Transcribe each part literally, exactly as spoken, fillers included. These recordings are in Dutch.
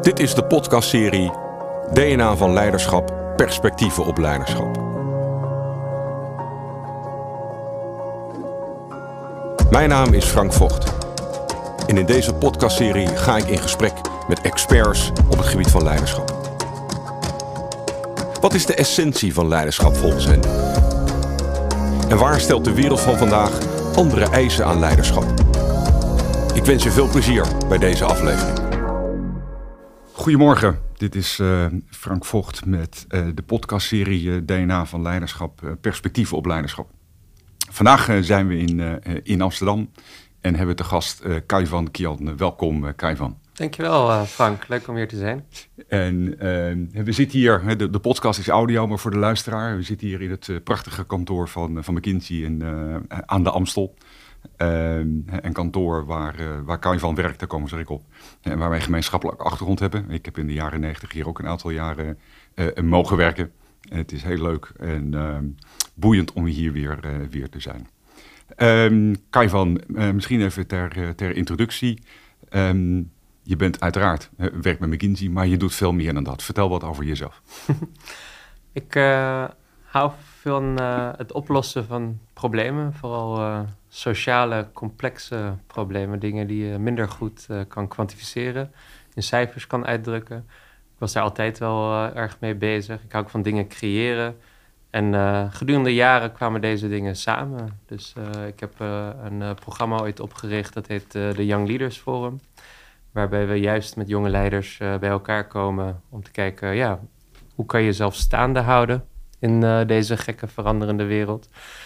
Dit is de podcastserie D N A van Leiderschap, perspectieven op leiderschap. Mijn naam is Frank Vogt. En in deze podcastserie ga ik in gesprek met experts op het gebied van leiderschap. Wat is de essentie van leiderschap volgens hen? En waar stelt de wereld van vandaag andere eisen aan leiderschap? Ik wens je veel plezier bij deze aflevering. Goedemorgen, dit is uh, Frank Vogt met uh, de podcastserie uh, D N A van Leiderschap, uh, perspectieven op leiderschap. Vandaag uh, zijn we in, uh, in Amsterdam en hebben te gast uh, Kaivan Kian. Welkom uh, Kaivan. Dankjewel uh, Frank, leuk om hier te zijn. En uh, we zitten hier, de, de podcast is audio, maar voor de luisteraar, we zitten hier in het uh, prachtige kantoor van, van McKinsey in, uh, aan de Amstel. Uh, een kantoor waar, uh, waar Kaivan werkt, daar komen ze direct op. En waar wij een gemeenschappelijke achtergrond hebben. Ik heb in de jaren negentig hier ook een aantal jaren uh, mogen werken. En het is heel leuk en uh, boeiend om hier weer, uh, weer te zijn. Um, Kaivan, uh, misschien even ter, uh, ter introductie. Um, je bent uiteraard, uh, werkt bij McKinsey, maar je doet veel meer dan dat. Vertel wat over jezelf. Ik uh, hou van uh, het oplossen van problemen, vooral uh, sociale, complexe problemen. Dingen die je minder goed uh, kan kwantificeren, in cijfers kan uitdrukken. Ik was daar altijd wel uh, erg mee bezig. Ik hou ook van dingen creëren. En uh, gedurende jaren kwamen deze dingen samen. Dus uh, ik heb uh, een uh, programma ooit opgericht, dat heet uh, de Young Leaders Forum. Waarbij we juist met jonge leiders uh, bij elkaar komen om te kijken, uh, ja, hoe kan je jezelf staande houden in uh, deze gekke veranderende wereld.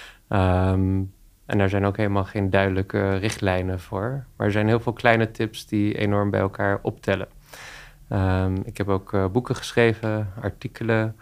Um, en daar zijn ook helemaal geen duidelijke richtlijnen voor. Maar er zijn heel veel kleine tips die enorm bij elkaar optellen. Um, ik heb ook uh, boeken geschreven, artikelen.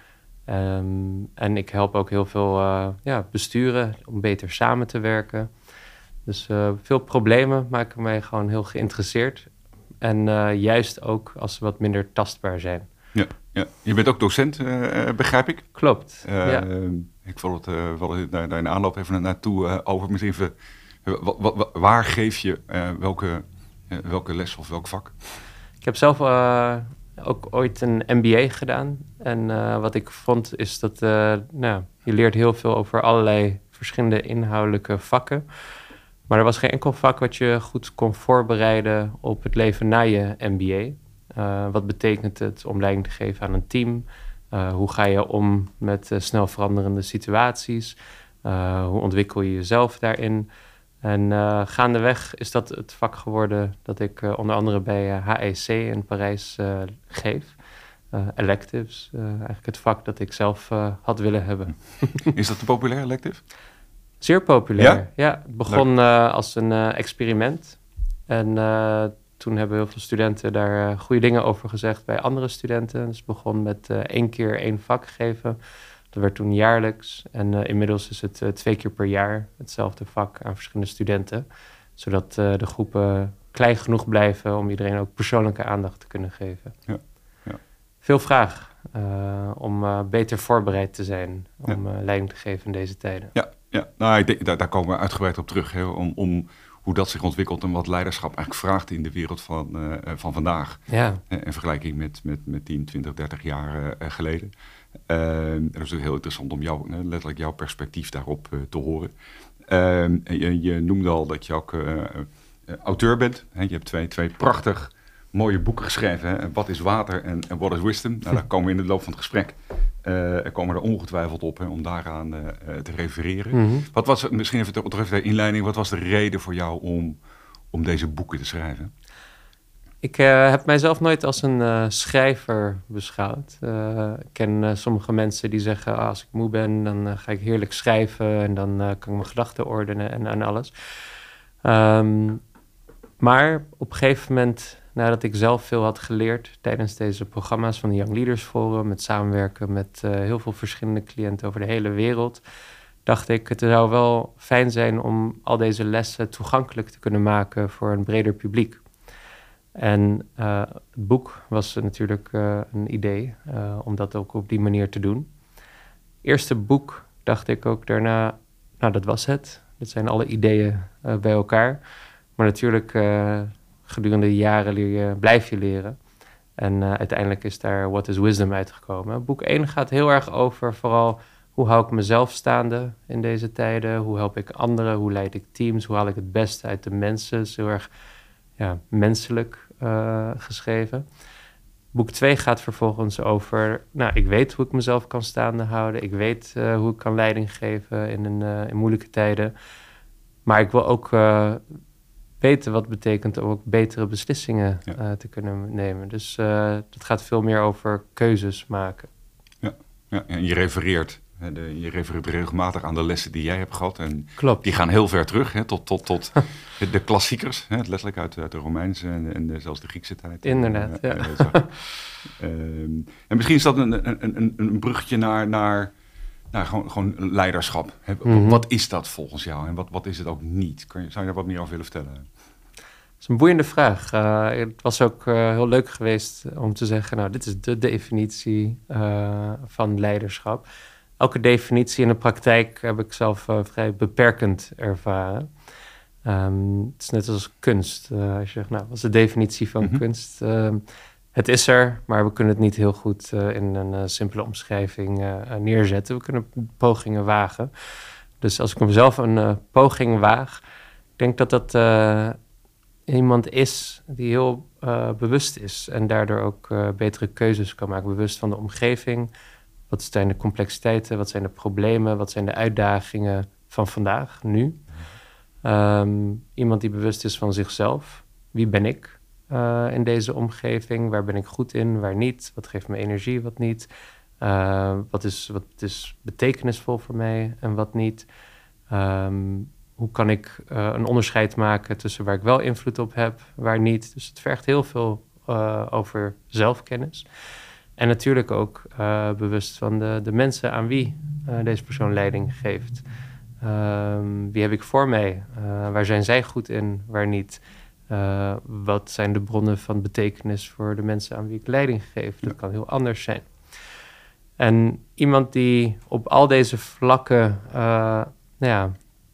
Um, en ik help ook heel veel uh, ja, besturen om beter samen te werken. Dus uh, veel problemen maken mij gewoon heel geïnteresseerd. En uh, juist ook als ze wat minder tastbaar zijn. Ja, ja. Je bent ook docent, uh, begrijp ik? Klopt, uh, ja. Ik wil het uh, wel daar, daar in aanloop even naartoe uh, over. Misschien even, uh, wa, wa, waar geef je uh, welke, uh, welke les of welk vak? Ik heb zelf uh, ook ooit een M B A gedaan. En uh, wat ik vond is dat uh, nou, je leert heel veel over allerlei verschillende inhoudelijke vakken. Maar er was geen enkel vak wat je goed kon voorbereiden op het leven na je M B A. Uh, wat betekent het om leiding te geven aan een team? Uh, hoe ga je om met uh, snel veranderende situaties? Uh, hoe ontwikkel je jezelf daarin? En uh, gaandeweg is dat het vak geworden dat ik uh, onder andere bij uh, H E C in Parijs uh, geef. Uh, electives, uh, eigenlijk het vak dat ik zelf uh, had willen hebben. Is dat een populair elective? Zeer populair, ja. ja het begon uh, als een uh, experiment. En uh, toen hebben heel veel studenten daar uh, goede dingen over gezegd bij andere studenten. Dus het begon met uh, één keer één vak geven. Dat werd toen jaarlijks. En uh, inmiddels is het uh, twee keer per jaar hetzelfde vak aan verschillende studenten. Zodat uh, de groepen klein genoeg blijven om iedereen ook persoonlijke aandacht te kunnen geven. Ja. Ja. Veel vraag uh, om uh, beter voorbereid te zijn. Om ja. uh, leiding te geven in deze tijden. Ja, ja. Nou, ik denk, daar, daar komen we uitgebreid op terug. Hè, om, om hoe dat zich ontwikkelt en wat leiderschap eigenlijk vraagt in de wereld van, uh, van vandaag. Ja. Uh, in vergelijking met, met, met tien, twintig, dertig jaar uh, geleden. Uh, dat is ook heel interessant om jou, uh, letterlijk jouw perspectief daarop uh, te horen. Uh, je, je noemde al dat je ook uh, uh, auteur bent. Hè? Je hebt twee, twee prachtig mooie boeken geschreven. Hè? Wat is water en What is wisdom? Nou, daar komen we in de loop van het gesprek. Uh, er komen er ongetwijfeld op hè, om daaraan uh, te refereren. Mm-hmm. Wat was, misschien even ter, even de inleiding, wat was de reden voor jou om, om deze boeken te schrijven? Ik uh, heb mijzelf nooit als een uh, schrijver beschouwd. Uh, ik ken uh, sommige mensen die zeggen, ah, als ik moe ben, dan uh, ga ik heerlijk schrijven en dan uh, kan ik mijn gedachten ordenen en, en alles. Um, maar op een gegeven moment, nadat ik zelf veel had geleerd tijdens deze programma's van de Young Leaders Forum, met samenwerken met uh, heel veel verschillende cliënten over de hele wereld, dacht ik, het zou wel fijn zijn om al deze lessen toegankelijk te kunnen maken voor een breder publiek. En uh, het boek was natuurlijk uh, een idee uh, om dat ook op die manier te doen. Eerste boek dacht ik ook daarna, nou dat was het. Dit zijn alle ideeën uh, bij elkaar. Maar natuurlijk uh, gedurende de jaren leer je, blijf je leren. En uh, uiteindelijk is daar What is Wisdom uitgekomen. Boek één gaat heel erg over vooral hoe hou ik mezelf staande in deze tijden? Hoe help ik anderen? Hoe leid ik teams? Hoe haal ik het beste uit de mensen? Het is heel erg ja, menselijk uh, geschreven. Boek twee gaat vervolgens over, nou, ik weet hoe ik mezelf kan staande houden. Ik weet uh, hoe ik kan leiding geven in, een, uh, in moeilijke tijden. Maar ik wil ook uh, weten wat het betekent om ook betere beslissingen ja. uh, te kunnen nemen. Dus uh, het gaat veel meer over keuzes maken. Ja, ja en je refereert. De, je refereert regelmatig aan de lessen die jij hebt gehad. En Klopt. Die gaan heel ver terug, hè, tot, tot, tot de klassiekers. Hè, letterlijk uit, uit de Romeinse en, en zelfs de Griekse tijd. Inderdaad, en, ja. Uh, um, en misschien is dat een, een, een, een bruggetje naar, naar, naar gewoon, gewoon leiderschap. Hè. Mm-hmm. Wat is dat volgens jou en wat, wat is het ook niet? Kan je, zou je daar wat meer over willen vertellen? Dat is een boeiende vraag. Uh, het was ook uh, heel leuk geweest om te zeggen, nou, dit is de definitie uh, van leiderschap. Elke definitie in de praktijk heb ik zelf uh, vrij beperkend ervaren. Um, het is net als kunst. Uh, als je zegt, nou, wat is de definitie van mm-hmm. kunst? Uh, het is er, maar we kunnen het niet heel goed uh, in een uh, simpele omschrijving uh, neerzetten. We kunnen pogingen wagen. Dus als ik mezelf een uh, poging waag, ik denk dat dat uh, iemand is die heel uh, bewust is en daardoor ook uh, betere keuzes kan maken. Bewust van de omgeving. Wat zijn de complexiteiten? Wat zijn de problemen? Wat zijn de uitdagingen van vandaag, nu? Um, iemand die bewust is van zichzelf. Wie ben ik uh, in deze omgeving? Waar ben ik goed in? Waar niet? Wat geeft me energie? Wat niet? Uh, wat, is, wat is betekenisvol voor mij en wat niet? Um, hoe kan ik uh, een onderscheid maken tussen waar ik wel invloed op heb, waar niet? Dus het vergt heel veel uh, over zelfkennis. En natuurlijk ook uh, bewust van de, de mensen aan wie uh, deze persoon leiding geeft. Um, wie heb ik voor mij? Uh, waar zijn zij goed in, waar niet? Uh, wat zijn de bronnen van betekenis voor de mensen aan wie ik leiding geef? Dat kan heel anders zijn. En iemand die op al deze vlakken uh, nou ja,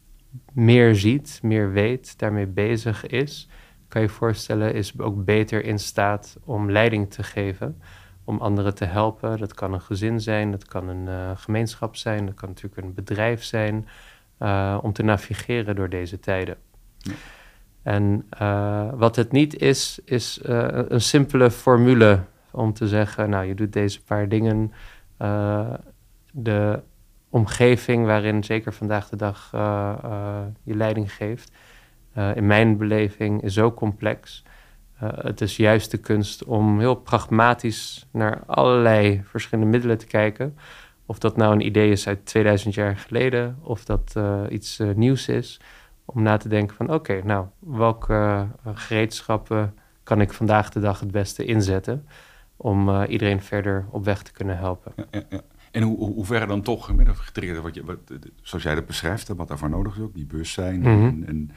meer ziet, meer weet, daarmee bezig is, kan je voorstellen, is ook beter in staat om leiding te geven, om anderen te helpen. Dat kan een gezin zijn, dat kan een uh, gemeenschap zijn, dat kan natuurlijk een bedrijf zijn, uh, om te navigeren door deze tijden. Ja. En uh, wat het niet is, is uh, een simpele formule om te zeggen, nou, je doet deze paar dingen. Uh, de omgeving waarin zeker vandaag de dag uh, uh, je leiding geeft, uh, in mijn beleving is zo complex. Uh, het is juist de kunst om heel pragmatisch naar allerlei verschillende middelen te kijken. Of dat nou een idee is uit tweeduizend jaar geleden, of dat uh, iets uh, nieuws is. Om na te denken van, oké, okay, nou, welke uh, gereedschappen kan ik vandaag de dag het beste inzetten om uh, iedereen verder op weg te kunnen helpen. Ja, ja, ja. En hoe, hoe, hoe ver dan toch, met getriggerd, wat je, wat, zoals jij dat beschrijft, wat daarvoor nodig is ook, die bewustzijn mm-hmm. en...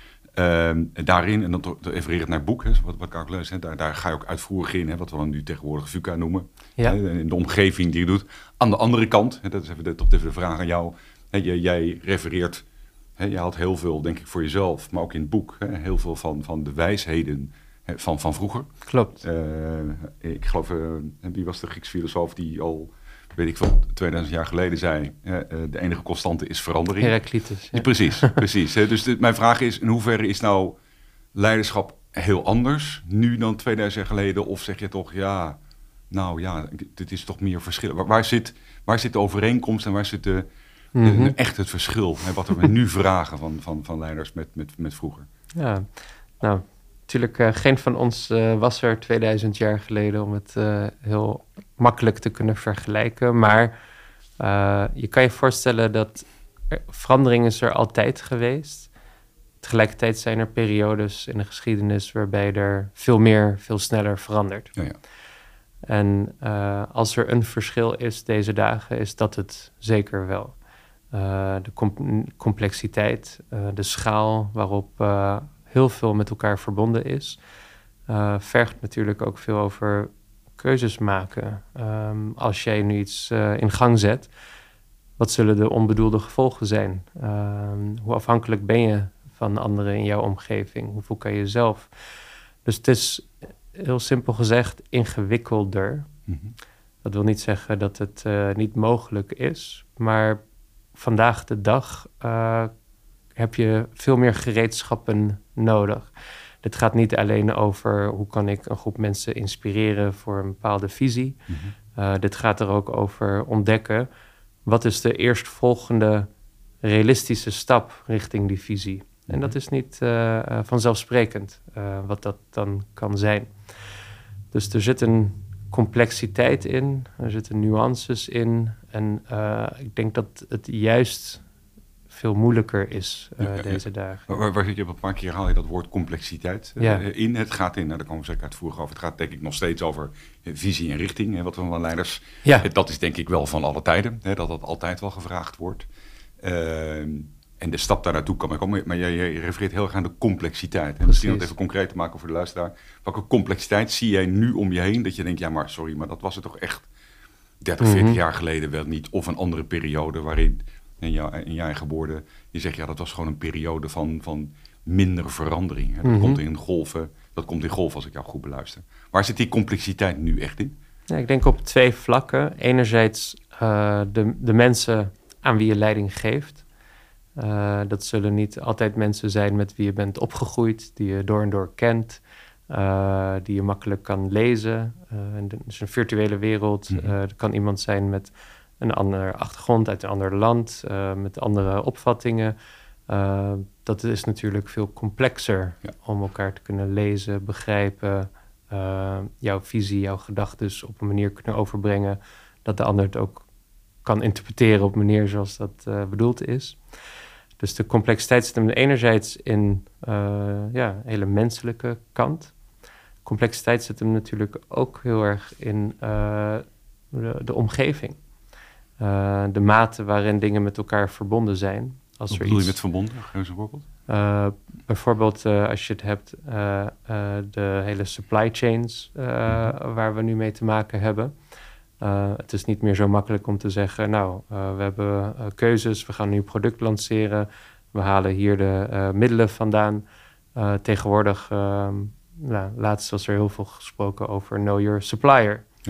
en Uh, daarin, en dan refereert naar het boek, hè, wat, wat ik ook lees, hè, daar, daar ga je ook uitvoerig in, hè, wat we dan nu tegenwoordig VUCA noemen. Ja. Hè, in de omgeving die je doet. Aan de andere kant, hè, dat is even de, toch even de vraag aan jou. Hè, jij, jij refereert, hè, je haalt heel veel, denk ik, voor jezelf, maar ook in het boek, hè, heel veel van, van de wijsheden hè, van, van vroeger. Klopt. Uh, ik geloof, uh, wie was de Griekse filosoof die al, weet ik veel, tweeduizend jaar geleden zei, uh, de enige constante is verandering. Heraclitus. Ja. Precies, precies. Hè. Dus dit, mijn vraag is, in hoeverre is nou leiderschap heel anders nu dan tweeduizend jaar geleden? Of zeg je toch, ja, nou ja, dit is toch meer verschil. Waar, waar, zit, waar zit de overeenkomst en waar zit de, mm-hmm. de, echt het verschil? Hè, wat we nu vragen van, van, van leiders met, met, met vroeger. Ja, nou, natuurlijk, uh, geen van ons uh, was er tweeduizend jaar geleden om het uh, heel makkelijk te kunnen vergelijken. Maar uh, je kan je voorstellen dat er, verandering is er altijd geweest. Tegelijkertijd zijn er periodes in de geschiedenis waarbij er veel meer, veel sneller verandert. Ja, ja. En uh, als er een verschil is deze dagen, is dat het zeker wel. Uh, de com- complexiteit, uh, de schaal waarop uh, heel veel met elkaar verbonden is, uh, vergt natuurlijk ook veel over keuzes maken. Um, als jij nu iets uh, in gang zet, wat zullen de onbedoelde gevolgen zijn? Um, hoe afhankelijk ben je van anderen in jouw omgeving? Hoeveel kan je zelf? Dus het is heel simpel gezegd ingewikkelder. Mm-hmm. Dat wil niet zeggen dat het uh, niet mogelijk is, maar vandaag de dag uh, heb je veel meer gereedschappen nodig. Dit gaat niet alleen over hoe kan ik een groep mensen inspireren voor een bepaalde visie. Mm-hmm. Uh, dit gaat er ook over ontdekken wat is de eerstvolgende realistische stap richting die visie. Mm-hmm. En dat is niet uh, uh, vanzelfsprekend uh, wat dat dan kan zijn. Dus er zit een complexiteit in, er zitten nuances in. En uh, ik denk dat het juist veel moeilijker is uh, ja, deze ja. dagen. Waar, waar zit je op een paar keer haal je dat woord complexiteit uh, ja. in? Het gaat in, nou, daar komen we zeker uitvoerig over. Het gaat denk ik nog steeds over visie en richting. Hè, wat we van leiders. Ja. Dat is denk ik wel van alle tijden. Hè, dat dat altijd wel gevraagd wordt. Uh, en de stap daar naartoe kan komen. Maar je, je refereert heel erg aan de complexiteit. En misschien om het even concreet te maken voor de luisteraar. Welke complexiteit zie jij nu om je heen? Dat je denkt, ja maar sorry, maar dat was het toch echt dertig, veertig mm-hmm. jaar geleden wel niet. Of een andere periode waarin in, jou, in je eigen woorden je zegt, ja dat was gewoon een periode van, van minder verandering. Hè. Dat mm-hmm. komt in golven, dat komt in golven als ik jou goed beluister. Waar zit die complexiteit nu echt in? Ja, ik denk op twee vlakken. Enerzijds uh, de, de mensen aan wie je leiding geeft. Uh, dat zullen niet altijd mensen zijn met wie je bent opgegroeid, die je door en door kent, uh, die je makkelijk kan lezen. Uh, en dus een virtuele wereld. Mm-hmm. Uh, er kan iemand zijn met een andere achtergrond uit een ander land, uh, met andere opvattingen. Uh, dat is natuurlijk veel complexer ja. om elkaar te kunnen lezen, begrijpen, uh, jouw visie, jouw gedachten op een manier kunnen overbrengen dat de ander het ook kan interpreteren op een manier zoals dat uh, bedoeld is. Dus de complexiteit zit hem enerzijds in uh, ja, een hele menselijke kant. Complexiteit zit hem natuurlijk ook heel erg in uh, de, de omgeving. Uh, de mate waarin dingen met elkaar verbonden zijn. Als Wat er bedoel iets, je met verbonden? Geef eens een voorbeeld. Uh, bijvoorbeeld uh, als je het hebt, uh, uh, de hele supply chains uh, mm-hmm. waar we nu mee te maken hebben. Uh, het is niet meer zo makkelijk om te zeggen, nou, uh, we hebben uh, keuzes, we gaan nu een product lanceren, we halen hier de uh, middelen vandaan. Uh, tegenwoordig, uh, nou, laatst was er heel veel gesproken over know your supplier. Ja.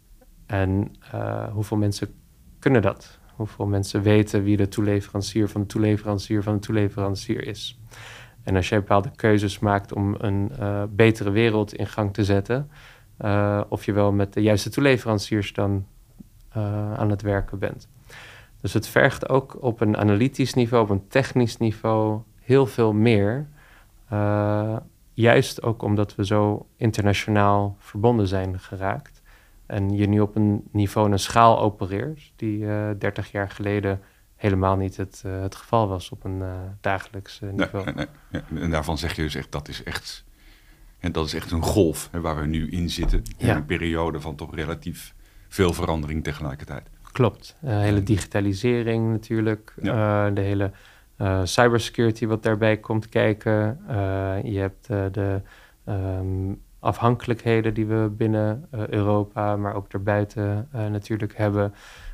En uh, hoeveel mensen kunnen dat? Hoeveel mensen weten wie de toeleverancier van de toeleverancier van de toeleverancier is? En als jij bepaalde keuzes maakt om een uh, betere wereld in gang te zetten, Uh, of je wel met de juiste toeleveranciers dan uh, aan het werken bent. Dus het vergt ook op een analytisch niveau, op een technisch niveau heel veel meer. Uh, juist ook omdat we zo internationaal verbonden zijn geraakt. En je nu op een niveau en een schaal opereert die uh, dertig jaar geleden helemaal niet het, uh, het geval was op een uh, dagelijks uh, niveau. Nee, nee, nee. Ja, en daarvan zeg je dus echt, dat is echt... En dat is echt een golf hè, waar we nu in zitten. In ja. een periode van toch relatief veel verandering tegelijkertijd. Klopt. De uh, hele digitalisering natuurlijk. Ja. Uh, de hele uh, cybersecurity wat daarbij komt kijken. Uh, je hebt uh, de um, afhankelijkheden die we binnen uh, Europa, maar ook daarbuiten uh, natuurlijk hebben.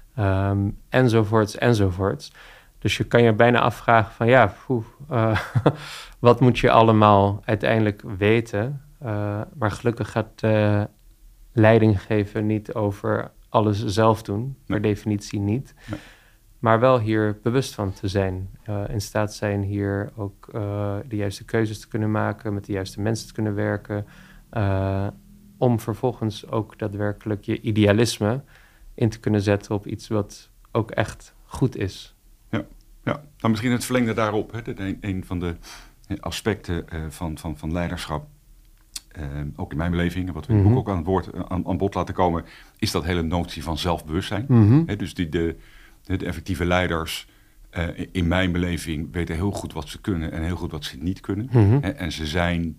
Um, enzovoorts, enzovoorts. Dus je kan je bijna afvragen van ja, poeh, uh, wat moet je allemaal uiteindelijk weten? Uh, maar gelukkig gaat uh, leiding geven niet over alles zelf doen, per nee. definitie niet. Nee. Maar wel hier bewust van te zijn. Uh, in staat zijn hier ook uh, de juiste keuzes te kunnen maken, met de juiste mensen te kunnen werken. Uh, om vervolgens ook daadwerkelijk je idealisme in te kunnen zetten op iets wat ook echt goed is. Ja, nou misschien het verlengde daarop. Hè, dat een, een van de aspecten uh, van, van, van leiderschap, uh, ook in mijn beleving, wat we in het boek ook aan het woord aan, aan bod laten komen, is dat hele notie van zelfbewustzijn. Mm-hmm. Hè, dus die, de, de, de effectieve leiders, uh, in mijn beleving, weten heel goed wat ze kunnen en heel goed wat ze niet kunnen. Mm-hmm. Hè, en ze zijn,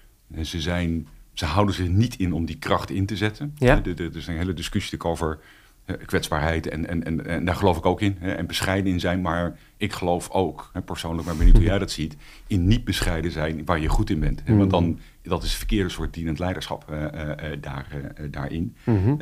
ze zijn, ze houden zich niet in om die kracht in te zetten. Ja. De, de, er is een hele discussie over Uh, kwetsbaarheid en, en, en, en daar geloof ik ook in. Hè, en bescheiden in zijn, maar ik geloof ook, hè, persoonlijk, maar benieuwd hoe jij dat ziet, in niet bescheiden zijn waar je goed in bent. Hè, mm-hmm. Want dan, dat is het verkeerde soort dienend leiderschap uh, uh, daar, uh, daarin. Mm-hmm.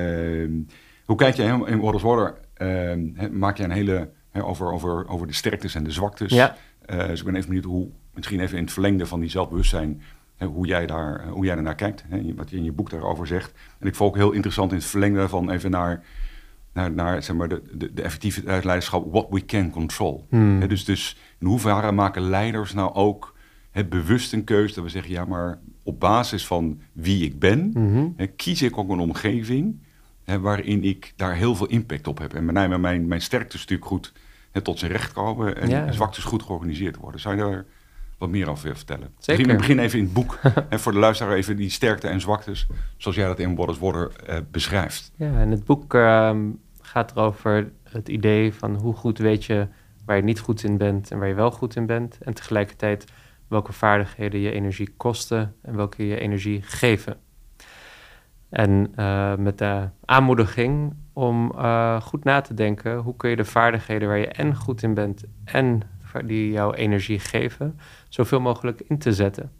Uh, hoe kijk jij in What is Water? Uh, maak je een hele, hè, over, over, over de sterktes en de zwaktes. Ja. Uh, dus ik ben even benieuwd hoe, misschien even in het verlengde van die zelfbewustzijn, hè, hoe, jij daar, hoe jij daarnaar kijkt. Hè, wat je in je boek daarover zegt. En ik vond ook heel interessant in het verlengde daarvan even naar, naar, naar zeg maar de, de, de effectiviteit leiderschap, what we can control. Hmm. Hè, dus, dus in hoeverre maken leiders nou ook het bewust een keuze dat we zeggen, ja, maar op basis van wie ik ben, mm-hmm. hè, kies ik ook een omgeving hè, waarin ik daar heel veel impact op heb. En met name mijn, mijn sterkte is natuurlijk goed hè, tot zijn recht komen en ja. zwaktes goed georganiseerd worden. Zou je daar wat meer over willen vertellen? Zeker. We beginnen even in het boek. hè, voor de luisteraar even die sterkte en zwaktes, zoals jij dat in What is Water uh, beschrijft. Ja, en het boek uh, gaat erover het idee van hoe goed weet je waar je niet goed in bent en waar je wel goed in bent. En tegelijkertijd welke vaardigheden je energie kosten en welke je energie geven. En uh, met de aanmoediging om uh, goed na te denken, hoe kun je de vaardigheden waar je en goed in bent en die jouw energie geven, zoveel mogelijk in te zetten.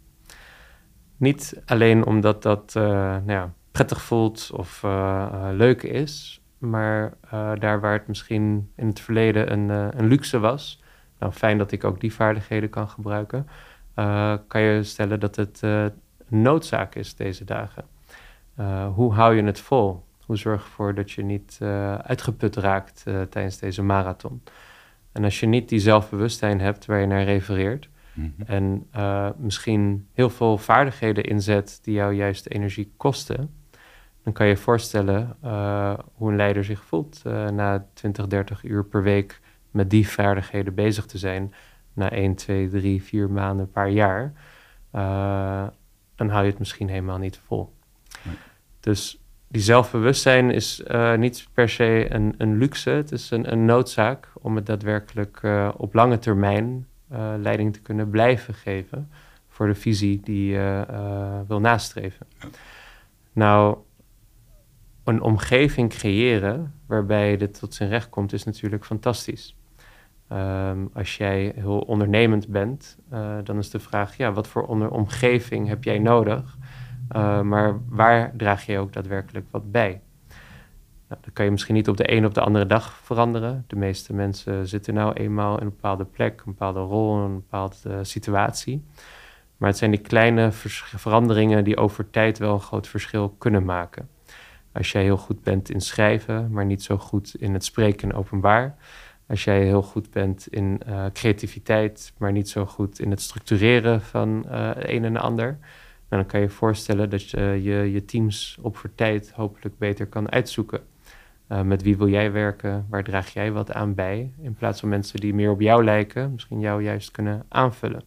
Niet alleen omdat dat uh, nou ja, prettig voelt of uh, uh, leuk is, maar uh, daar waar het misschien in het verleden een, uh, een luxe was, nou fijn dat ik ook die vaardigheden kan gebruiken, Uh, kan je stellen dat het uh, een noodzaak is deze dagen. Uh, hoe hou je het vol? Hoe zorg je ervoor dat je niet uh, uitgeput raakt uh, tijdens deze marathon? En als je niet die zelfbewustzijn hebt waar je naar refereert, mm-hmm. en uh, misschien heel veel vaardigheden inzet die jou juist energie kosten, dan kan je je voorstellen uh, hoe een leider zich voelt uh, na twintig, dertig uur per week met die vaardigheden bezig te zijn, na één, twee, drie, vier maanden, een paar jaar, uh, dan hou je het misschien helemaal niet vol. Nee. Dus die zelfbewustzijn is uh, niet per se een, een luxe. Het is een, een noodzaak om het daadwerkelijk uh, op lange termijn uh, leiding te kunnen blijven geven voor de visie die je uh, wil nastreven. Ja. Nou, een omgeving creëren waarbij dit tot zijn recht komt is natuurlijk fantastisch. Um, als jij heel ondernemend bent, uh, dan is de vraag, ja, wat voor onder- omgeving heb jij nodig? Uh, maar waar draag je ook daadwerkelijk wat bij? Nou, dat kan je misschien niet op de een op de andere dag veranderen. De meeste mensen zitten nou eenmaal in een bepaalde plek, een bepaalde rol, een bepaalde uh, situatie. Maar het zijn die kleine vers- veranderingen die over tijd wel een groot verschil kunnen maken. Als jij heel goed bent in schrijven, maar niet zo goed in het spreken in openbaar. Als jij heel goed bent in uh, creativiteit, maar niet zo goed in het structureren van uh, een en ander, dan kan je je voorstellen dat je je, je teams op voor tijd hopelijk beter kan uitzoeken. Uh, met wie wil jij werken? Waar draag jij wat aan bij? In plaats van mensen die meer op jou lijken, misschien jou juist kunnen aanvullen.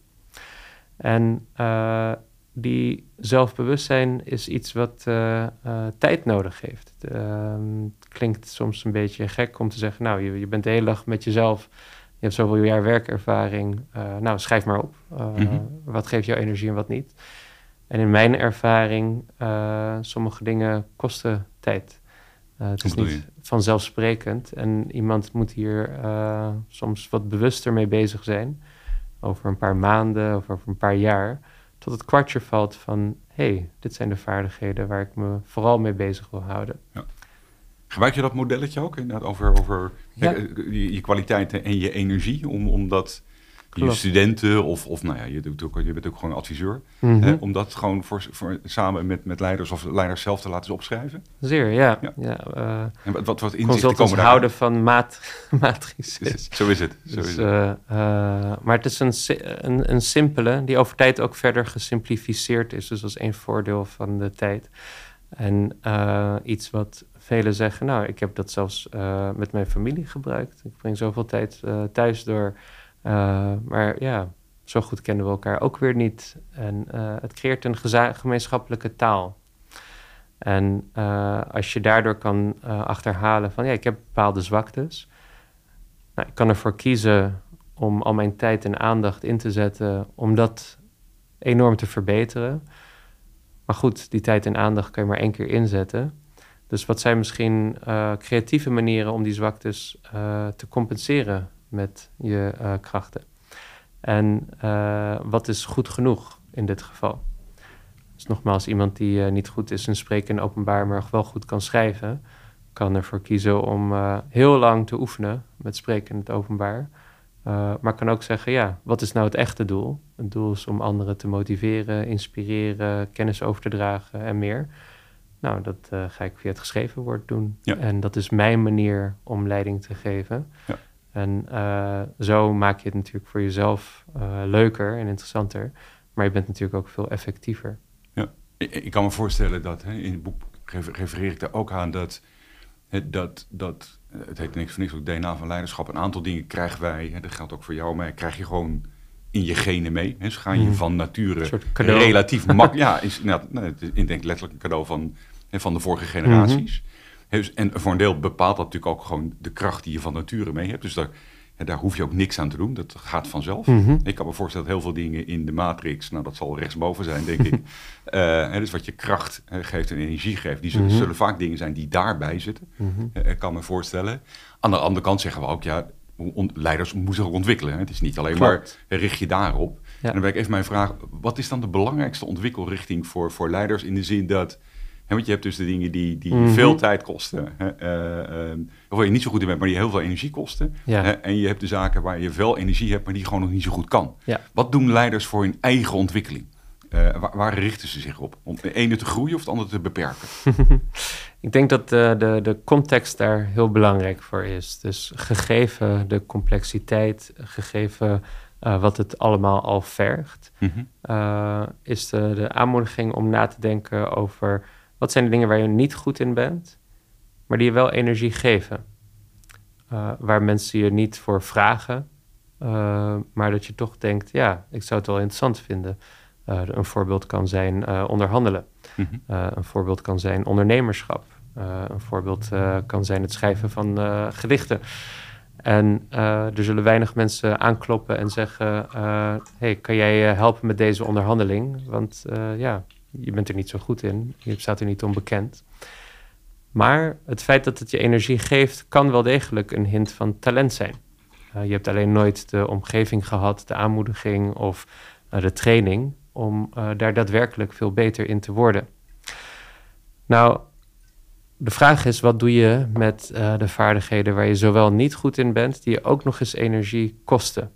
En uh, die zelfbewustzijn is iets wat uh, uh, tijd nodig heeft. Uh, het klinkt soms een beetje gek om te zeggen, nou, je, je bent de hele dag met jezelf, je hebt zoveel jaar werkervaring, uh, nou, schrijf maar op. Uh, mm-hmm. Wat geeft jou energie en wat niet? En in mijn ervaring, uh, sommige dingen kosten tijd. Uh, het is niet vanzelfsprekend en iemand moet hier uh, soms wat bewuster mee bezig zijn, over een paar maanden of over een paar jaar, tot het kwartje valt van, hé, hey, dit zijn de vaardigheden waar ik me vooral mee bezig wil houden. Ja. Gebruik je dat modelletje ook inderdaad over, over ja. je, je kwaliteiten en je energie, om, om dat je studenten of, of nou ja, je, doet ook, je bent ook gewoon adviseur, mm-hmm. hè, om dat gewoon voor, voor, samen met, met leiders of leiders zelf te laten opschrijven? Zeer, ja. ja. ja uh, en wat, wat, wat inzichten komen daar? Houden van maat, matrices. Zo is het. Zo dus, is het. Uh, uh, maar het is een, een, een simpele, die over tijd ook verder gesimplificeerd is. Dus dat is één voordeel van de tijd. En uh, iets wat velen zeggen, nou, ik heb dat zelfs uh, met mijn familie gebruikt. Ik breng zoveel tijd uh, thuis door. Uh, maar ja, zo goed kennen we elkaar ook weer niet. En uh, het creëert een geza- gemeenschappelijke taal. En uh, als je daardoor kan uh, achterhalen van, ja, ik heb bepaalde zwaktes. Nou, ik kan ervoor kiezen om al mijn tijd en aandacht in te zetten om dat enorm te verbeteren. Maar goed, die tijd en aandacht kan je maar één keer inzetten. Dus wat zijn misschien uh, creatieve manieren om die zwaktes uh, te compenseren met je uh, krachten? En uh, wat is goed genoeg in dit geval? Dus nogmaals, iemand die uh, niet goed is in spreken in openbaar, maar wel goed kan schrijven, kan ervoor kiezen om uh, heel lang te oefenen met spreken in het openbaar. Uh, maar kan ook zeggen, ja, wat is nou het echte doel? Het doel is om anderen te motiveren, inspireren, kennis over te dragen en meer. Nou, dat uh, ga ik via het geschreven woord doen. Ja. En dat is mijn manier om leiding te geven. Ja. En uh, zo maak je het natuurlijk voor jezelf uh, leuker en interessanter. Maar je bent natuurlijk ook veel effectiever. Ja, ik, ik kan me voorstellen dat, hè, in het boek refereer ik daar ook aan dat... dat, dat het heet niks voor niks ook D N A van leiderschap. Een aantal dingen krijgen wij, hè, dat geldt ook voor jou, maar krijg je gewoon in je genen mee. Hè. Ze gaan je mm. van nature relatief makkelijk... ja, is, nou, ik denk letterlijk een cadeau van, hè, van de vorige generaties. Mm-hmm. En voor een deel bepaalt dat natuurlijk ook gewoon de kracht die je van nature mee hebt. Dus daar, ja, daar hoef je ook niks aan te doen. Dat gaat vanzelf. Mm-hmm. Ik kan me voorstellen dat heel veel dingen in de matrix... nou, dat zal rechtsboven zijn, denk ik. Uh, hè, dus wat je kracht uh, geeft en energie geeft... die zullen, mm-hmm. zullen vaak dingen zijn die daarbij zitten. Mm-hmm. Uh, ik kan me voorstellen. Aan de andere kant zeggen we ook... ja, on- leiders moeten zich ontwikkelen. Hè. Het is niet alleen Klopt. maar richt je daarop. Ja. En dan wil ik even mijn vraag... wat is dan de belangrijkste ontwikkelrichting voor, voor leiders... in de zin dat... He, want je hebt dus de dingen die, die mm-hmm. veel tijd kosten. Hè, uh, uh, of waar je niet zo goed in bent, maar die heel veel energie kosten. Ja. Hè, en je hebt de zaken waar je veel energie hebt, maar die gewoon nog niet zo goed kan. Ja. Wat doen leiders voor hun eigen ontwikkeling? Uh, waar, waar richten ze zich op? Om de ene te groeien of het andere te beperken? Ik denk dat de, de, de context daar heel belangrijk voor is. Dus gegeven de complexiteit, gegeven uh, wat het allemaal al vergt... Mm-hmm. Uh, is de, de aanmoediging om na te denken over... wat zijn de dingen waar je niet goed in bent, maar die je wel energie geven? Uh, waar mensen je niet voor vragen, uh, maar dat je toch denkt... ja, ik zou het wel interessant vinden. Uh, een voorbeeld kan zijn uh, onderhandelen. Mm-hmm. Uh, een voorbeeld kan zijn ondernemerschap. Uh, een voorbeeld uh, kan zijn het schrijven van uh, gedichten. En uh, er zullen weinig mensen aankloppen en zeggen... Uh, hey, kan jij uh, helpen met deze onderhandeling? Want uh, ja... je bent er niet zo goed in. Je staat er niet onbekend. Maar het feit dat het je energie geeft... kan wel degelijk een hint van talent zijn. Uh, je hebt alleen nooit de omgeving gehad... de aanmoediging of uh, de training... om uh, daar daadwerkelijk veel beter in te worden. Nou, de vraag is... wat doe je met uh, de vaardigheden... waar je zowel niet goed in bent... die je ook nog eens energie kosten?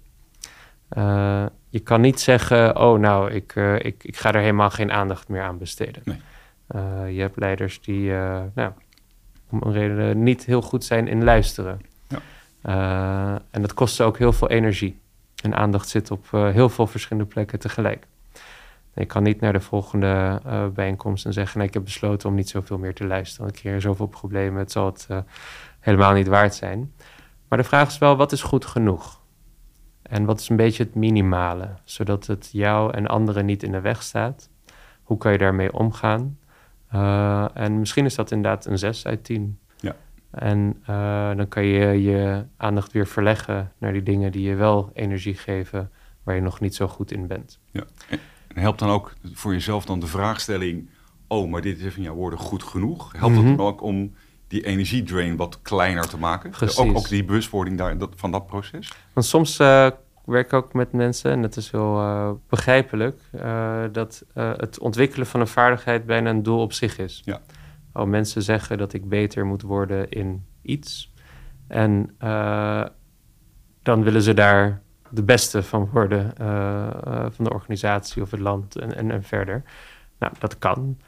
Uh, je kan niet zeggen, oh nou, ik, uh, ik, ik ga er helemaal geen aandacht meer aan besteden. Nee. Uh, je hebt leiders die, uh, nou, om een reden niet heel goed zijn in luisteren. Ja. Uh, en dat kost ze ook heel veel energie. En aandacht zit op uh, heel veel verschillende plekken tegelijk. En ik kan niet naar de volgende uh, bijeenkomst en zeggen... nee, ik heb besloten om niet zoveel meer te luisteren. Ik creëer zoveel problemen, het zal het uh, helemaal niet waard zijn. Maar de vraag is wel, wat is goed genoeg? En wat is een beetje het minimale, zodat het jou en anderen niet in de weg staat? Hoe kan je daarmee omgaan? Uh, en misschien is dat inderdaad een zes uit tien. Ja. En uh, dan kan je je aandacht weer verleggen naar die dingen die je wel energie geven, waar je nog niet zo goed in bent. Ja. En helpt dan ook voor jezelf dan de vraagstelling, oh, maar dit is in jouw woorden goed genoeg? Helpt mm-hmm. het dan ook om die energiedrain wat kleiner te maken? Precies. Ook, ook die bewustwording daar, dat, van dat proces? Want soms uh, werk ik ook met mensen, en dat is heel uh, begrijpelijk... Uh, dat uh, het ontwikkelen van een vaardigheid bijna een doel op zich is. Ja. Oh, mensen zeggen dat ik beter moet worden in iets. En uh, dan willen ze daar de beste van worden... Uh, uh, van de organisatie of het land en, en, en verder. Nou, dat kan...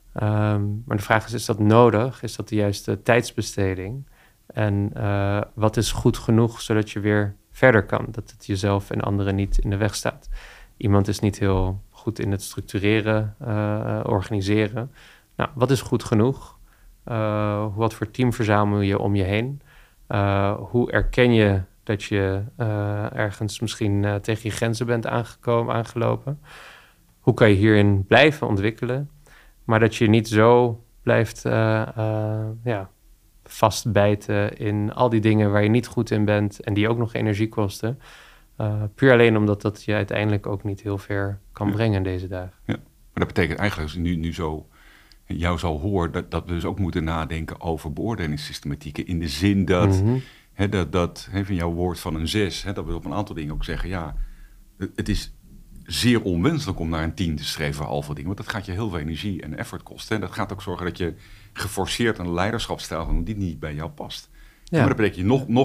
Um, maar de vraag is, is dat nodig? Is dat de juiste tijdsbesteding? En uh, wat is goed genoeg, zodat je weer verder kan? Dat het jezelf en anderen niet in de weg staat. Iemand is niet heel goed in het structureren, uh, organiseren. Nou, wat is goed genoeg? Uh, wat voor team verzamel je om je heen? Uh, hoe erken je dat je uh, ergens misschien uh, tegen je grenzen bent aangekomen, aangelopen? Hoe kan je hierin blijven ontwikkelen? Maar dat je niet zo blijft uh, uh, ja, vastbijten in al die dingen waar je niet goed in bent... en die ook nog energie kosten. Uh, puur alleen omdat dat je uiteindelijk ook niet heel ver kan ja. brengen deze dagen. Ja. Maar dat betekent eigenlijk, als ik nu, nu zo jou zal horen... Dat, dat we dus ook moeten nadenken over beoordelingssystematieken... in de zin dat, mm-hmm. hè, dat, dat hè, van jouw woord van een zes... Hè, dat we op een aantal dingen ook zeggen... ja, het is... zeer onwenselijk om naar een tien te streven, al veel dingen. Want dat gaat je heel veel energie en effort kosten. En dat gaat ook zorgen dat je geforceerd een leiderschapsstijl van die niet bij jou past. Ja. Maar dat betekent je nog, nog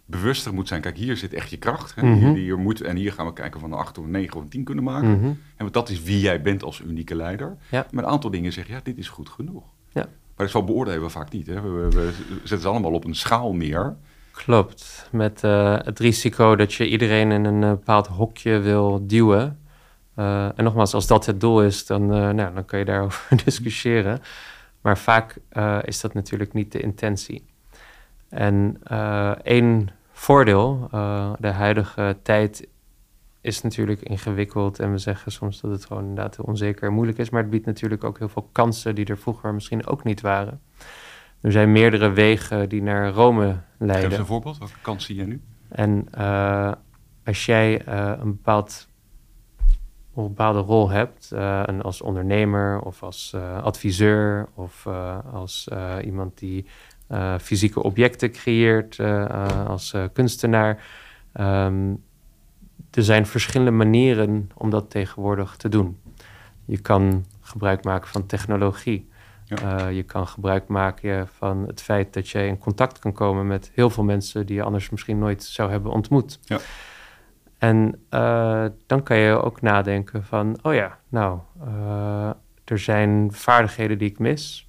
bewuster moet zijn. Kijk, hier zit echt je kracht. Hè? Mm-hmm. Hier, hier moet, en hier gaan we kijken van een acht of een negen of een tien kunnen maken. Mm-hmm. En want dat is wie jij bent als unieke leider. Ja. Maar een aantal dingen zeggen, ja, dit is goed genoeg. Ja. Maar dat beoordelen we vaak niet. Hè? We, we, we zetten ze allemaal op een schaal neer. Klopt. Met uh, het risico dat je iedereen in een uh, bepaald hokje wil duwen. Uh, en nogmaals, als dat het doel is, dan, uh, nou, dan kan je daarover discussiëren. Maar vaak uh, is dat natuurlijk niet de intentie. En uh, één voordeel, uh, de huidige tijd is natuurlijk ingewikkeld. En we zeggen soms dat het gewoon inderdaad onzeker en moeilijk is. Maar het biedt natuurlijk ook heel veel kansen die er vroeger misschien ook niet waren. Er zijn meerdere wegen die naar Rome leiden. Geef eens een voorbeeld. Welke kans zie je nu? En uh, als jij uh, een, bepaald, een bepaalde rol hebt, uh, en als ondernemer of als uh, adviseur of uh, als uh, iemand die uh, fysieke objecten creëert, uh, uh, als uh, kunstenaar. Um, er zijn verschillende manieren om dat tegenwoordig te doen. Je kan gebruik maken van technologie. Ja. Uh, je kan gebruik maken van het feit dat je in contact kan komen met heel veel mensen die je anders misschien nooit zou hebben ontmoet. Ja. En uh, dan kan je ook nadenken van, oh ja, nou, uh, er zijn vaardigheden die ik mis.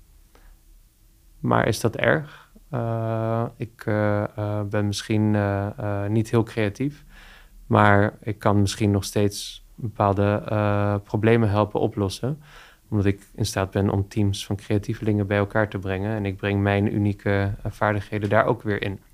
Maar is dat erg? Uh, ik uh, uh, ben misschien uh, uh, niet heel creatief, maar ik kan misschien nog steeds bepaalde uh, problemen helpen oplossen. Omdat ik in staat ben om teams van creatievelingen bij elkaar te brengen. En ik breng mijn unieke uh, vaardigheden daar ook weer in.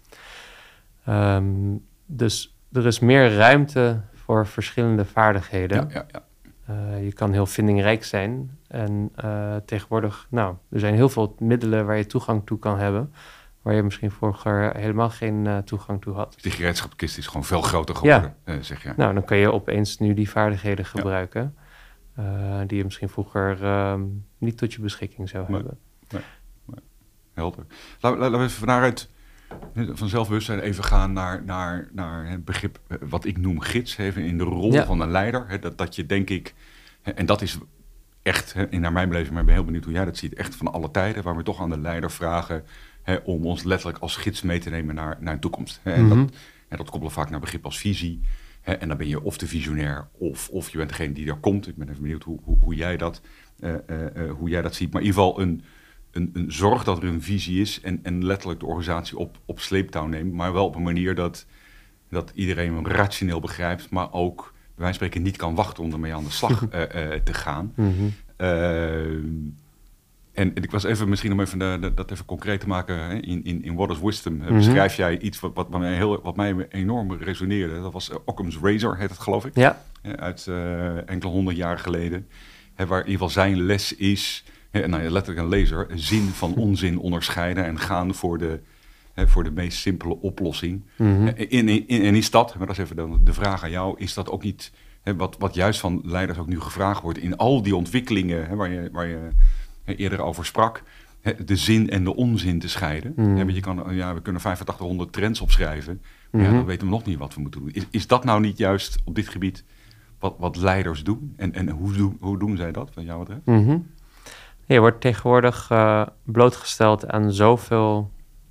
Um, dus er is meer ruimte voor verschillende vaardigheden. Ja, ja, ja. Uh, je kan heel vindingrijk zijn. En uh, tegenwoordig, nou, er zijn heel veel middelen waar je toegang toe kan hebben. Waar je misschien vroeger helemaal geen uh, toegang toe had. Die gereedschapkist is gewoon veel groter geworden, ja. uh, zeg je. Nou, dan kan je opeens nu die vaardigheden gebruiken. Ja. Uh, die je misschien vroeger uh, niet tot je beschikking zou nee, hebben. Nee, nee. Helder. Laten, laten we even vanuit van zelfbewustzijn even gaan naar, naar, naar het begrip wat ik noem gids. Even in de rol ja. van een leider. Hè, dat, dat je denk ik, en dat is echt, hè, naar mijn beleving, maar ik ben heel benieuwd hoe jij dat ziet, echt van alle tijden, waar we toch aan de leider vragen hè, om ons letterlijk als gids mee te nemen naar, naar een toekomst. Hè, en, mm-hmm. dat, en dat koppelen vaak naar begrip als visie. Hè, en dan ben je of de visionair of, of je bent degene die er komt. Ik ben even benieuwd hoe, hoe, hoe, jij, dat, uh, uh, hoe jij dat ziet. Maar in ieder geval een, een, een zorg dat er een visie is en, en letterlijk de organisatie op, op sleeptouw neemt. Maar wel op een manier dat, dat iedereen hem rationeel begrijpt, maar ook bij wijze van spreken niet kan wachten om ermee aan de slag uh, uh, te gaan. Mm-hmm. Uh, en, en ik was even, misschien om even de, de, dat even concreet te maken, hè, in, in, in What is Wisdom, mm-hmm. beschrijf jij iets wat, wat, mij heel, wat mij enorm resoneerde. Dat was uh, Occam's Razor, heet het geloof ik, ja. uh, uit uh, enkele honderd jaar geleden. Hè, waar in ieder geval zijn les is, hè, nou, letterlijk een laser, zin van onzin onderscheiden en gaan voor de, hè, voor de meest simpele oplossing. Mm-hmm. En in, in, in die stad, maar dat is even de, de vraag aan jou, is dat ook niet hè, wat, wat juist van leiders ook nu gevraagd wordt in al die ontwikkelingen hè, waar je... Waar je eerder over sprak, de zin en de onzin te scheiden. Mm. Ja, je kan, ja, we kunnen vijfentachtighonderd trends opschrijven, maar mm-hmm. ja, dan weten we nog niet wat we moeten doen. Is, is dat nou niet juist op dit gebied wat, wat leiders doen? En, en hoe, doen, hoe doen zij dat, van jou betreft? Mm-hmm. Je wordt tegenwoordig uh, blootgesteld aan zoveel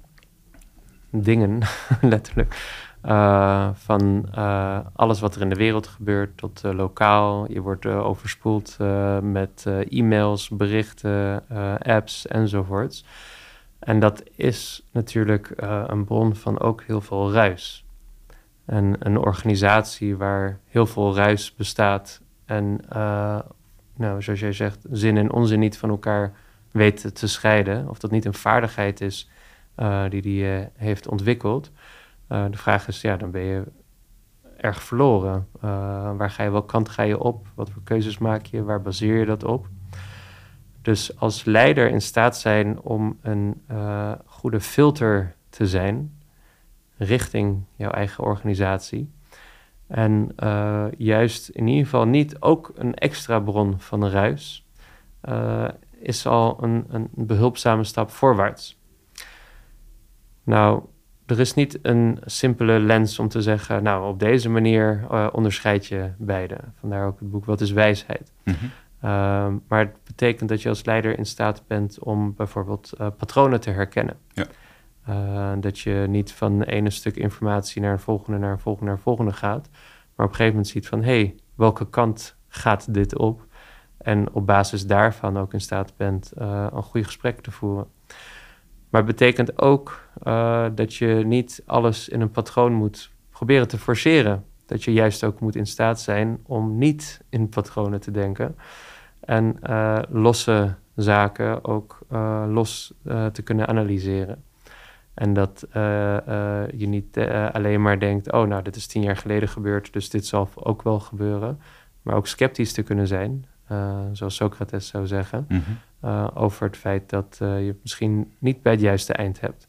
dingen, letterlijk. Uh, van uh, alles wat er in de wereld gebeurt tot uh, lokaal. Je wordt uh, overspoeld uh, met uh, e-mails, berichten, uh, apps enzovoorts. En dat is natuurlijk uh, een bron van ook heel veel ruis. En een organisatie waar heel veel ruis bestaat en, uh, nou, zoals jij zegt, zin en onzin niet van elkaar weet te scheiden, of dat niet een vaardigheid is uh, die die uh, heeft ontwikkeld. Uh, de vraag is, ja, dan ben je erg verloren. Uh, waar ga je, welke kant ga je op? Wat voor keuzes maak je? Waar baseer je dat op? Dus als leider in staat zijn om een uh, goede filter te zijn richting jouw eigen organisatie. En uh, juist in ieder geval niet ook een extra bron van ruis, uh, is al een, een behulpzame stap voorwaarts. Nou, er is niet een simpele lens om te zeggen, nou, op deze manier uh, onderscheid je beide. Vandaar ook het boek Wat is wijsheid? Mm-hmm. Uh, maar het betekent dat je als leider in staat bent om bijvoorbeeld uh, patronen te herkennen. Ja. Uh, dat je niet van de ene stuk informatie naar een volgende, naar een volgende, naar een volgende gaat. Maar op een gegeven moment ziet van, hé, hey, welke kant gaat dit op? En op basis daarvan ook in staat bent uh, een goede gesprek te voeren. Maar het betekent ook uh, dat je niet alles in een patroon moet proberen te forceren. Dat je juist ook moet in staat zijn om niet in patronen te denken. En uh, losse zaken ook uh, los uh, te kunnen analyseren. En dat uh, uh, je niet uh, alleen maar denkt, oh nou, dit is tien jaar geleden gebeurd, dus dit zal ook wel gebeuren. Maar ook sceptisch te kunnen zijn, uh, zoals Socrates zou zeggen, mm-hmm. uh, over het feit dat uh, je misschien niet bij het juiste eind hebt.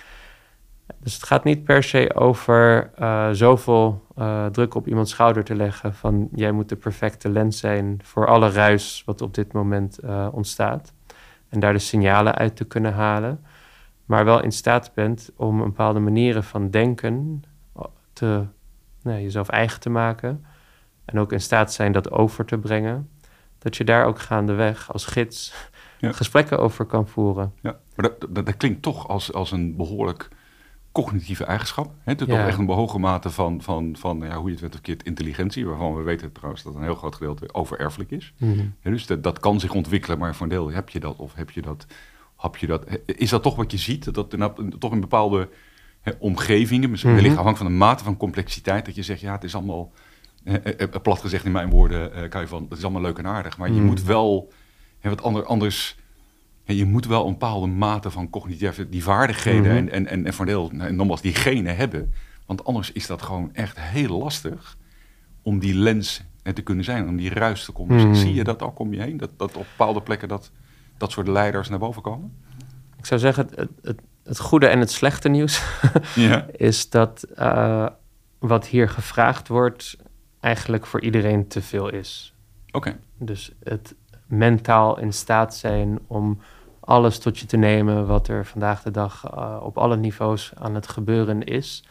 Dus het gaat niet per se over uh, zoveel uh, druk op iemands schouder te leggen van jij moet de perfecte lens zijn voor alle ruis wat op dit moment uh, ontstaat. En daar de signalen uit te kunnen halen. Maar wel in staat bent om een bepaalde manieren van denken te, nou, jezelf eigen te maken. En ook in staat zijn dat over te brengen. Dat je daar ook gaandeweg als gids ja. gesprekken over kan voeren. Ja, maar dat, dat, dat klinkt toch als, als een behoorlijk cognitieve eigenschap. Hè? Dat is ja. toch echt een behoge mate van, van, van ja, hoe je het weet verkeerd, intelligentie. Waarvan we weten trouwens dat een heel groot gedeelte overerfelijk is. Mm-hmm. Ja, dus dat, dat kan zich ontwikkelen, maar voor een deel heb je dat of heb je dat... Heb je dat, is dat toch wat je ziet? Dat er toch in bepaalde hè, omgevingen, misschien mm-hmm. wellicht afhankelijk van de mate van complexiteit, dat je zegt, ja, het is allemaal, eh, eh, plat gezegd in mijn woorden, eh, kan je van, het is allemaal leuk en aardig. Maar mm-hmm. je moet wel, hè, wat ander, anders, hè, je moet wel een bepaalde mate van cognitieve, die vaardigheden mm-hmm. en, en, en, en voor deel, en nogmaals, die genen hebben. Want anders is dat gewoon echt heel lastig om die lens hè, te kunnen zijn, om die ruis te komen. Mm-hmm. Zie je dat ook om je heen? Dat, dat op bepaalde plekken dat... dat soort leiders naar boven komen? Ik zou zeggen, het, het, het goede en het slechte nieuws ja. is dat uh, wat hier gevraagd wordt eigenlijk voor iedereen te veel is. Oké. Okay. Dus het mentaal in staat zijn om alles tot je te nemen wat er vandaag de dag uh, op alle niveaus aan het gebeuren is.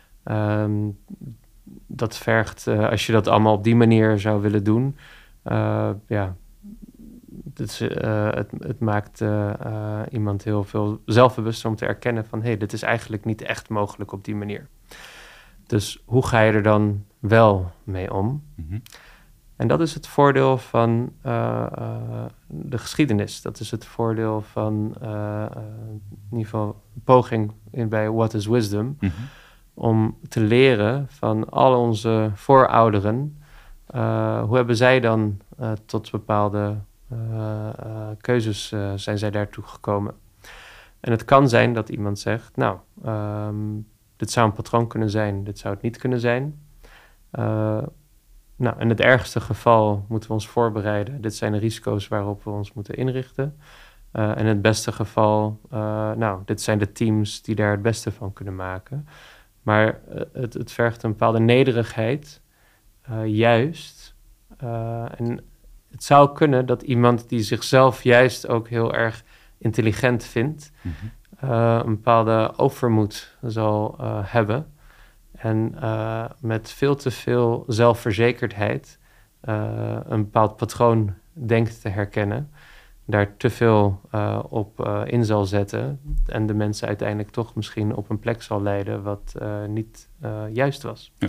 Um, dat vergt, uh, als je dat allemaal op die manier zou willen doen, uh, ja... Dus, uh, het, het maakt uh, uh, iemand heel veel zelfbewuster om te erkennen van... hé, hey, dit is eigenlijk niet echt mogelijk op die manier. Dus hoe ga je er dan wel mee om? Mm-hmm. En dat is het voordeel van uh, uh, de geschiedenis. Dat is het voordeel van uh, uh, in ieder geval poging in, bij What is Wisdom... Mm-hmm. om te leren van al onze voorouderen... Uh, hoe hebben zij dan uh, tot bepaalde... Uh, uh, keuzes uh, zijn zij daartoe gekomen. En het kan zijn dat iemand zegt... nou, um, dit zou een patroon kunnen zijn, dit zou het niet kunnen zijn. Uh, nou, in het ergste geval moeten we ons voorbereiden. Dit zijn de risico's waarop we ons moeten inrichten. Uh, en in het beste geval... Uh, nou, dit zijn de teams die daar het beste van kunnen maken. Maar uh, het, het vergt een bepaalde nederigheid. Uh, juist. Uh, en... Het zou kunnen dat iemand die zichzelf juist ook heel erg intelligent vindt... Mm-hmm. Uh, een bepaalde overmoed zal uh, hebben. En uh, met veel te veel zelfverzekerdheid uh, een bepaald patroon denkt te herkennen. Daar te veel uh, op uh, in zal zetten. En de mensen uiteindelijk toch misschien op een plek zal leiden wat uh, niet uh, juist was. Ja.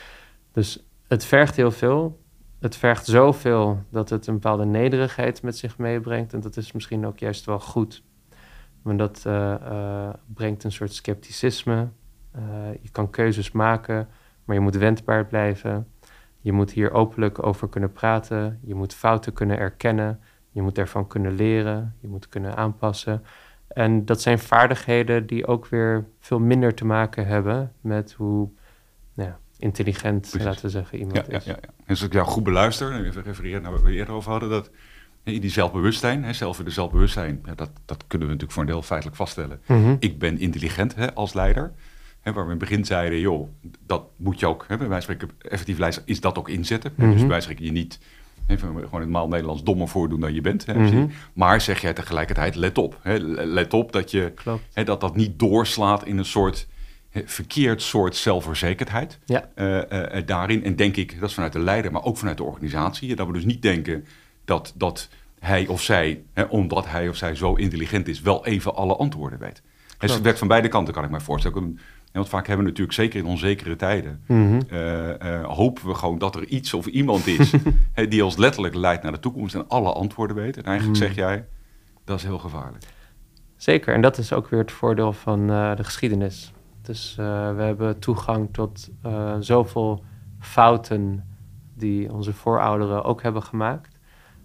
Dus het vergt heel veel... Het vergt zoveel dat het een bepaalde nederigheid met zich meebrengt. En dat is misschien ook juist wel goed. Want dat uh, uh, brengt een soort scepticisme. Uh, je kan keuzes maken, maar je moet wendbaar blijven. Je moet hier openlijk over kunnen praten. Je moet fouten kunnen erkennen. Je moet ervan kunnen leren. Je moet kunnen aanpassen. En dat zijn vaardigheden die ook weer veel minder te maken hebben met hoe... Nou, intelligent, Precies. laten we zeggen, iemand ja, is. Ja, ja, ja. En als ik jou goed beluister, even refereren naar wat we eerder over hadden, dat hè, die zelfbewustzijn, hè, zelf in de zelfbewustzijn, ja, dat, dat kunnen we natuurlijk voor een deel feitelijk vaststellen. Mm-hmm. Ik ben intelligent hè, als leider. Hè, waar we in het begin zeiden, joh, dat moet je ook, hè, bij wijze van spreken, effectief leider, is dat ook inzetten. Mm-hmm. Dus bij wijze van spreken je niet hè, gewoon in het maal Nederlands dommer voordoen dan je bent. Hè, mm-hmm. Maar zeg jij tegelijkertijd, let op. Hè, let op dat je hè, dat, dat niet doorslaat in een soort... verkeerd soort zelfverzekerdheid ja. uh, uh, daarin. En denk ik, dat is vanuit de leider, maar ook vanuit de organisatie. Dat we dus niet denken dat, dat hij of zij, hè, omdat hij of zij zo intelligent is, wel even alle antwoorden weet. Het werkt van beide kanten, kan ik mij voorstellen. Want vaak hebben we natuurlijk, zeker in onzekere tijden, mm-hmm. uh, uh, hopen we gewoon dat er iets of iemand is he, die ons letterlijk leidt naar de toekomst en alle antwoorden weet. En eigenlijk mm. zeg jij, dat is heel gevaarlijk. Zeker, en dat is ook weer het voordeel van uh, de geschiedenis. Dus uh, we hebben toegang tot uh, zoveel fouten die onze voorouderen ook hebben gemaakt.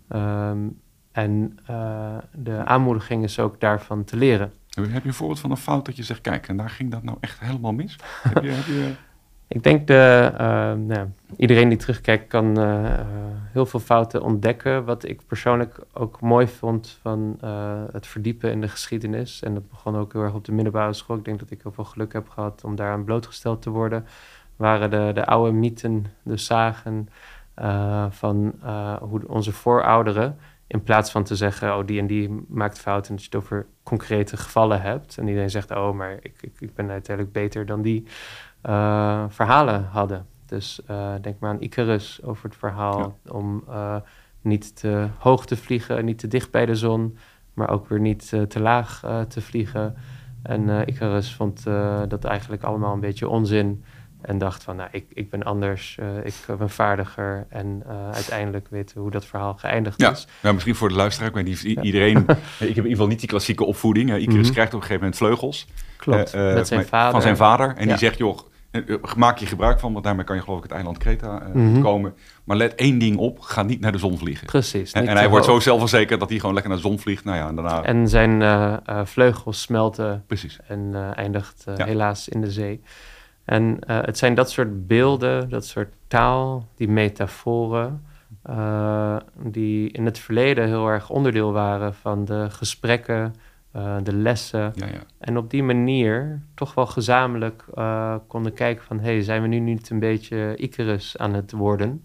Um, en uh, de aanmoediging is ook daarvan te leren. Heb je een voorbeeld van een fout dat je zegt, kijk, en daar ging dat nou echt helemaal mis? heb je, heb je... Ik denk de uh, nou, iedereen die terugkijkt kan uh, uh, heel veel fouten ontdekken. Wat ik persoonlijk ook mooi vond van uh, het verdiepen in de geschiedenis. En dat begon ook heel erg op de middelbare school. Ik denk dat ik heel veel geluk heb gehad om daaraan blootgesteld te worden. Waren de, de oude mythen, de zagen uh, van uh, hoe onze voorouderen, in plaats van te zeggen, oh, die en die maakt fouten, dat je het over concrete gevallen hebt. En iedereen zegt, oh, maar ik, ik, ik ben uiteindelijk beter dan die uh, verhalen hadden. Dus uh, denk maar aan Icarus over het verhaal ja. om uh, niet te hoog te vliegen, niet te dicht bij de zon, maar ook weer niet uh, te laag uh, te vliegen. En uh, Icarus vond uh, dat eigenlijk allemaal een beetje onzin. En dacht van, nou, ik, ik ben anders, uh, ik ben vaardiger. En uh, uiteindelijk weten we hoe dat verhaal geëindigd ja. is. Nou, misschien voor de luisteraar, ik weet niet, ja. iedereen... ik heb in ieder geval niet die klassieke opvoeding. Icarus mm-hmm. krijgt op een gegeven moment vleugels. Klopt, uh, met zijn vader. Van zijn vader. En ja. die zegt, joh, maak je gebruik van, want daarmee kan je geloof ik het eiland Kreta uh, mm-hmm. komen. Maar let één ding op, ga niet naar de zon vliegen. Precies. En, en hij wordt zo zelfverzekerd dat hij gewoon lekker naar de zon vliegt. Nou ja, en daarna... En zijn uh, uh, vleugels smelten. Precies. En uh, eindigt uh, ja. helaas in de zee. En uh, het zijn dat soort beelden, dat soort taal, die metaforen, uh, die in het verleden heel erg onderdeel waren van de gesprekken, uh, de lessen. Ja, ja. En op die manier toch wel gezamenlijk uh, konden kijken van, hé, hey, zijn we nu niet een beetje Icarus aan het worden?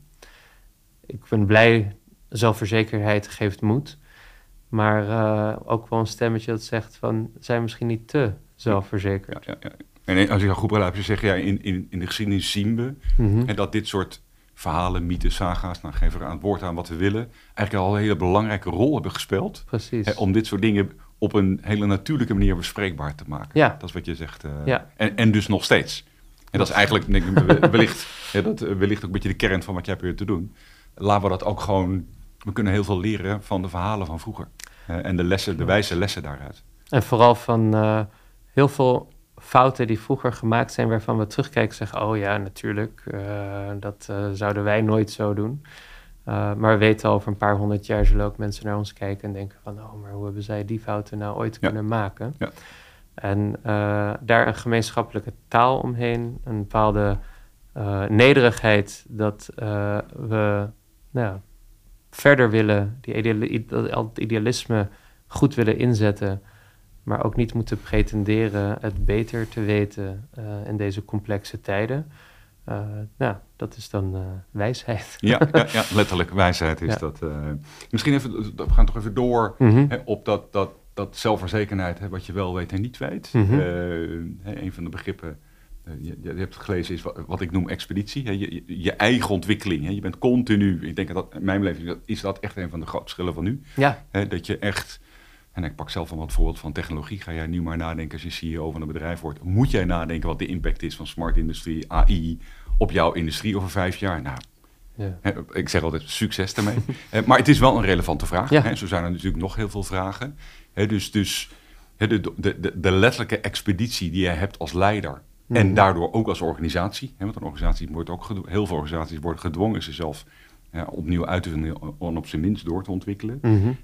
Ik ben blij, zelfverzekerheid geeft moed. Maar uh, ook wel een stemmetje dat zegt van, zijn we misschien niet te zelfverzekerd? Ja, ja, ja. En als je dan goed beluistert, zeg je, ja, in, in, in de geschiedenis zien we mm-hmm. en dat dit soort verhalen, mythes, saga's, nou geven we aan het woord aan wat we willen, eigenlijk al een hele belangrijke rol hebben gespeeld. Precies. Hè, om dit soort dingen op een hele natuurlijke manier bespreekbaar te maken. Ja. Dat is wat je zegt. Uh, ja. en, en dus nog steeds. En dat is eigenlijk, denk ik, wellicht, ja, dat, wellicht ook een beetje de kern van wat jij probeert te doen. Laten we dat ook gewoon, we kunnen heel veel leren van de verhalen van vroeger. Uh, en de lessen, de wijze lessen daaruit. En vooral van uh, heel veel fouten die vroeger gemaakt zijn, waarvan we terugkijken en zeggen, oh ja, natuurlijk, uh, dat uh, zouden wij nooit zo doen. Uh, maar we weten al, over een paar honderd jaar zullen ook mensen naar ons kijken en denken van, oh, maar hoe hebben zij die fouten nou ooit ja. kunnen maken? Ja. En uh, daar een gemeenschappelijke taal omheen, een bepaalde uh, nederigheid dat uh, we nou, verder willen, die ideali- het idealisme goed willen inzetten, maar ook niet moeten pretenderen het beter te weten uh, in deze complexe tijden. Uh, nou, dat is dan uh, wijsheid. Ja, ja, ja, letterlijk wijsheid is ja. dat. Uh, misschien even, we gaan toch even door mm-hmm. hè, op dat, dat, dat zelfverzekerdheid, hè, wat je wel weet en niet weet. Mm-hmm. Uh, hè, een van de begrippen, uh, je, je hebt het gelezen, is wat, wat ik noem expeditie. Hè, je, je, je eigen ontwikkeling. Hè, je bent continu, ik denk dat in mijn beleving is dat echt een van de grote verschillen van nu. Ja. Hè, dat je echt... En ik pak zelf een wat voorbeeld van technologie. Ga jij nu maar nadenken als je C E O van een bedrijf wordt. Moet jij nadenken wat de impact is van smart industrie, A I, op jouw industrie over vijf jaar? Nou, ja. hè, ik zeg altijd succes daarmee. Maar het is wel een relevante vraag. Ja. Hè. Zo zijn er natuurlijk nog heel veel vragen. Hè, dus dus hè, de, de, de, de letterlijke expeditie die jij hebt als leider. Mm-hmm. En daardoor ook als organisatie. Hè, want een organisatie wordt ook gedwongen, heel veel organisaties worden gedwongen zichzelf ja, opnieuw uit te vinden en op zijn minst door te ontwikkelen. Mm-hmm.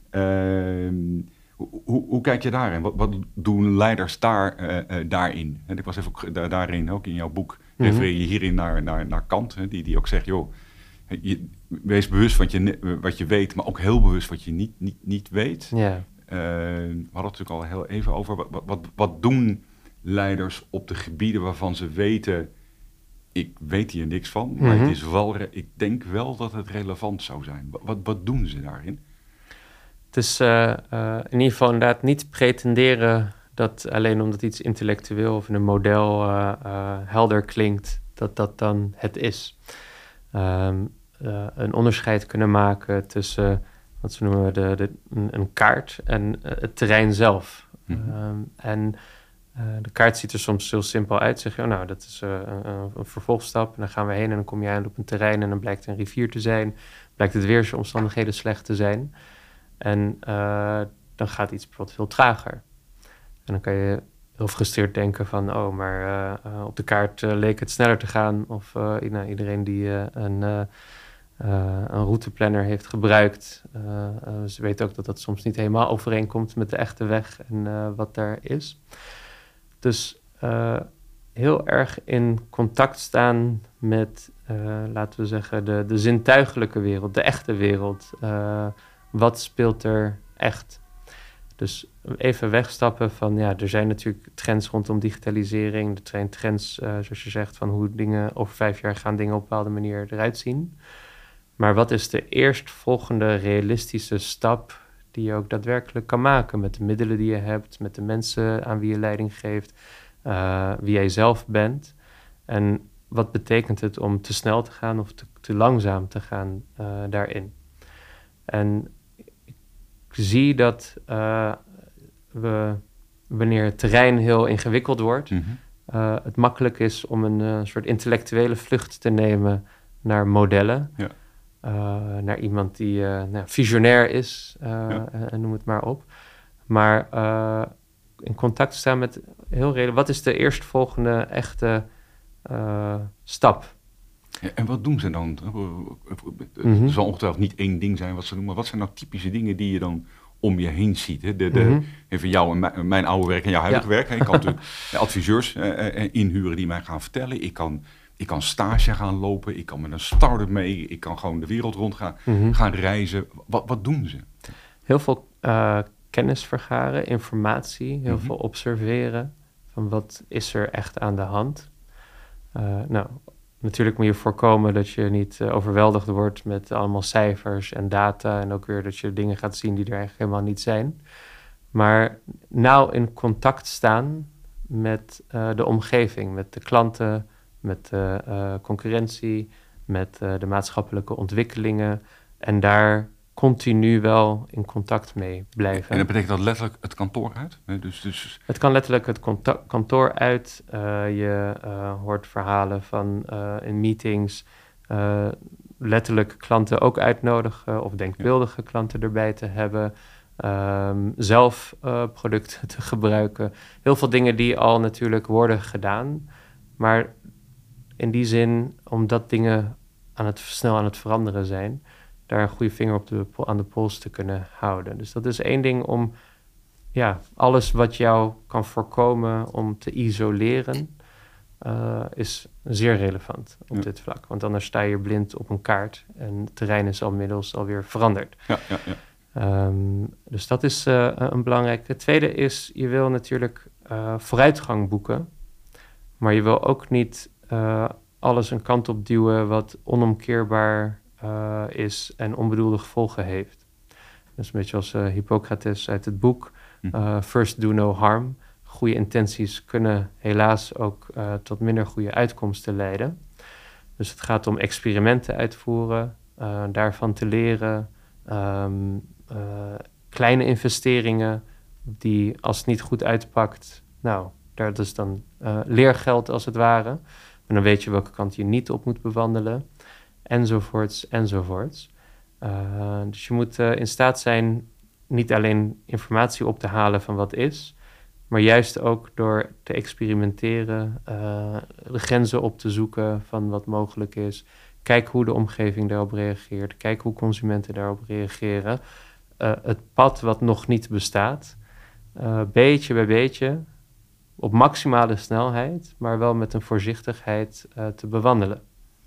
Uh, Hoe, hoe kijk je daarin? Wat, wat doen leiders daar, uh, uh, daarin? En ik was even ook, daar, daarin, ook in jouw boek, mm-hmm. refereer je hierin naar, naar, naar Kant, hè, die, die ook zegt, joh, je, wees bewust wat je, wat je weet, maar ook heel bewust wat je niet, niet, niet weet. Yeah. Uh, we hadden het natuurlijk al heel even over, wat, wat, wat doen leiders op de gebieden waarvan ze weten, ik weet hier niks van, maar mm-hmm. het is wel, ik denk wel dat het relevant zou zijn. Wat, wat doen ze daarin? Het is uh, uh, in ieder geval inderdaad niet pretenderen dat alleen omdat iets intellectueel of in een model uh, uh, helder klinkt, dat dat dan het is. Um, uh, een onderscheid kunnen maken tussen, wat ze noemen, de, de, een, een kaart en uh, het terrein zelf. Mm-hmm. Um, en Uh, de kaart ziet er soms heel simpel uit. Zeg je, oh, nou, dat is uh, een, een vervolgstap. En dan gaan we heen en dan kom je aan op een terrein en dan blijkt een rivier te zijn. Blijkt het weersomstandigheden slecht te zijn. En uh, dan gaat iets bijvoorbeeld veel trager. En dan kan je heel frustreerd denken van, oh, maar uh, uh, op de kaart uh, leek het sneller te gaan. Of uh, nou, iedereen die uh, een, uh, uh, een routeplanner heeft gebruikt, uh, uh, ze weet ook dat dat soms niet helemaal overeenkomt met de echte weg en uh, wat daar is. Dus uh, heel erg in contact staan met, uh, laten we zeggen, de, de zintuigelijke wereld, de echte wereld. Uh, wat speelt er echt? Dus even wegstappen van, ja, er zijn natuurlijk trends rondom digitalisering. Er zijn trends, uh, zoals je zegt, van hoe dingen over vijf jaar gaan dingen op een bepaalde manier eruit zien. Maar wat is de eerstvolgende realistische stap die je ook daadwerkelijk kan maken met de middelen die je hebt, met de mensen aan wie je leiding geeft, uh, wie jij zelf bent. En wat betekent het om te snel te gaan of te, te langzaam te gaan uh, daarin? En ik zie dat uh, we, wanneer het terrein heel ingewikkeld wordt, mm-hmm. uh, het makkelijk is om een uh, soort intellectuele vlucht te nemen naar modellen. Ja. Uh, naar iemand die uh, nou, visionair is, uh, ja. uh, noem het maar op. Maar uh, in contact staan met heel redelijk, wat is de eerstvolgende echte uh, stap? Ja, en wat doen ze dan? Mm-hmm. Het zal ongetwijfeld niet één ding zijn wat ze doen, maar wat zijn nou typische dingen die je dan om je heen ziet? Hè? De, de, mm-hmm. Even jou en mijn, mijn oude werk en jouw huidige ja. werk. Hè? Ik kan natuurlijk adviseurs uh, inhuren die mij gaan vertellen. Ik kan... Ik kan stage gaan lopen, ik kan met een start-up mee, ik kan gewoon de wereld rond gaan, mm-hmm. gaan reizen. Wat, wat doen ze? Heel veel uh, kennis vergaren, informatie, heel mm-hmm. veel observeren. Van wat is er echt aan de hand? Uh, nou, natuurlijk moet je voorkomen dat je niet uh, overweldigd wordt met allemaal cijfers en data. En ook weer dat je dingen gaat zien die er eigenlijk helemaal niet zijn. Maar nauw in contact staan met uh, de omgeving, met de klanten, met de uh, concurrentie, met uh, de maatschappelijke ontwikkelingen en daar continu wel in contact mee blijven. En dat betekent dat letterlijk het kantoor uit? Dus, dus... Het kan letterlijk het contact, kantoor uit. Uh, je uh, hoort verhalen van uh, in meetings, uh, letterlijk klanten ook uitnodigen of denkbeeldige ja. klanten erbij te hebben. Um, zelf uh, producten te gebruiken. Heel veel dingen die al natuurlijk worden gedaan, maar in die zin, omdat dingen aan het, snel aan het veranderen zijn, daar een goede vinger op de, aan de pols te kunnen houden. Dus dat is één ding om ja, alles wat jou kan voorkomen om te isoleren, uh, is zeer relevant op ja. dit vlak. Want anders sta je blind op een kaart en het terrein is al inmiddels alweer veranderd. Ja, ja, ja. Um, dus dat is uh, een belangrijke. Het tweede is, je wil natuurlijk uh, vooruitgang boeken, maar je wil ook niet Uh, alles een kant op duwen wat onomkeerbaar uh, is en onbedoelde gevolgen heeft. Dat is een beetje als uh, Hippocrates uit het boek. Uh, First do no harm. Goede intenties kunnen helaas ook uh, tot minder goede uitkomsten leiden. Dus het gaat om experimenten uitvoeren, uh, daarvan te leren. Um, uh, kleine investeringen die als het niet goed uitpakt, nou, dat is dan uh, leergeld als het ware. En dan weet je welke kant je niet op moet bewandelen, enzovoorts, enzovoorts. Uh, dus je moet uh, in staat zijn niet alleen informatie op te halen van wat is, maar juist ook door te experimenteren, uh, de grenzen op te zoeken van wat mogelijk is. Kijk hoe de omgeving daarop reageert, kijk hoe consumenten daarop reageren. Uh, het pad wat nog niet bestaat, uh, beetje bij beetje, op maximale snelheid, maar wel met een voorzichtigheid uh, te bewandelen.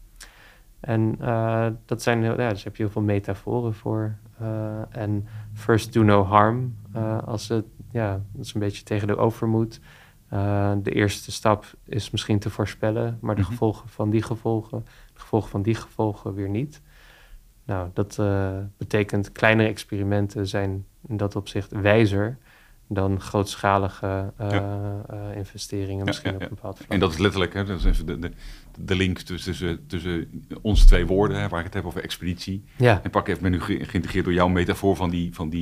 En uh, dat zijn, ja, dus heb je heel veel metaforen voor. Uh, en first do no harm, uh, als het, ja, dat is een beetje tegen de overmoed. Uh, de eerste stap is misschien te voorspellen, maar de mm-hmm. gevolgen van die gevolgen, de gevolgen van die gevolgen weer niet. Nou, dat uh, betekent kleinere experimenten zijn in dat opzicht wijzer dan grootschalige uh, ja. uh, investeringen misschien ja, ja, ja. op een bepaald vlak. En dat is letterlijk, hè, dat is even de, de, de link tussen, tussen onze twee woorden, hè, waar ik het heb over expeditie. Ja. En pak even, ben nu ge- geïntegreerd door jouw metafoor van die, van die,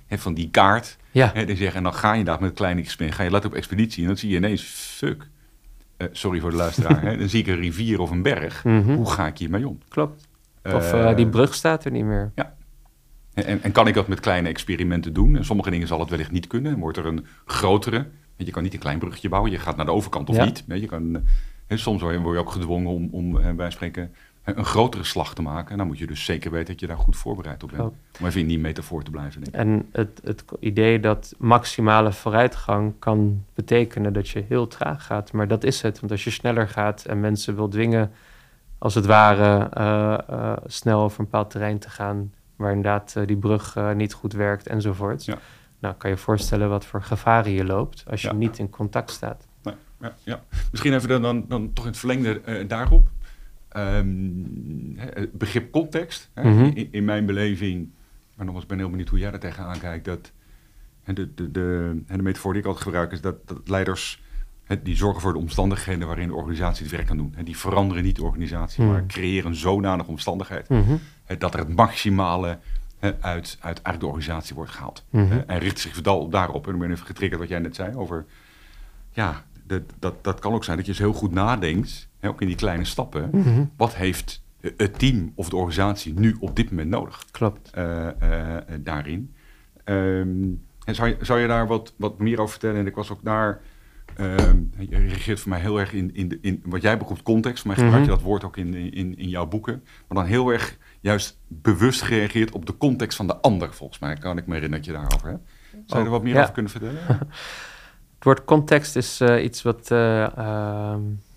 hè, van die kaart. Ja. Hè, die zeggen, en dan ga je daar met een kleine expeditie, ga je laten op expeditie en dan zie je ineens, fuck, uh, sorry voor de luisteraar, hè, dan zie ik een rivier of een berg. Mm-hmm. Hoe ga ik hiermee om? Klopt. Of uh, uh, die brug staat er niet meer. Ja. En, en kan ik dat met kleine experimenten doen? En sommige dingen zal het wellicht niet kunnen. Dan wordt er een grotere. Je kan niet een klein bruggetje bouwen. Je gaat naar de overkant of ja. niet. Je kan, he, soms word je ook gedwongen om, om eh, bij spreken een grotere slag te maken. En dan moet je dus zeker weten dat je daar goed voorbereid op bent. Oh. Om even in die metafoor te blijven. Denk ik. En het, het idee dat maximale vooruitgang kan betekenen dat je heel traag gaat. Maar dat is het. Want als je sneller gaat en mensen wil dwingen, als het ware, uh, uh, snel over een bepaald terrein te gaan, waar inderdaad uh, die brug uh, niet goed werkt enzovoort. Ja. Nou, kan je voorstellen wat voor gevaren je loopt als je ja. niet in contact staat. Nee, ja, ja. Misschien even dan, dan, dan toch in het verlengde uh, daarop. Um, het begrip context. Hè, mm-hmm. in, in mijn beleving, maar nogmaals, ik ben heel benieuwd hoe jij er tegenaan kijkt. Dat, de, de, de, de, de metafoor die ik altijd gebruik is dat, dat leiders, he, die zorgen voor de omstandigheden waarin de organisatie het werk kan doen. He, die veranderen niet de organisatie, mm. maar creëren een zodanige omstandigheid mm-hmm. he, dat er het maximale he, uit, uit eigenlijk de organisatie wordt gehaald. Mm-hmm. He, en richt zich vooral daarop. En ik ben even getriggerd wat jij net zei over, ja, de, dat, dat kan ook zijn dat je eens heel goed nadenkt, he, ook in die kleine stappen. Mm-hmm. Wat heeft het team of de organisatie nu op dit moment nodig? Klopt. Uh, uh, daarin. Um, en zou, je, zou je daar wat, wat meer over vertellen? En ik was ook daar. Uh, je reageert voor mij heel erg in, in, de, in wat jij bedoelt context. Voor mij gebruik je mm-hmm. dat woord ook in, in, in jouw boeken. Maar dan heel erg juist bewust gereageerd op de context van de ander. Volgens mij kan ik me herinneren dat je daarover hebt. Zou je oh, er wat meer ja. over kunnen vertellen? Het woord context is uh, iets wat uh, uh,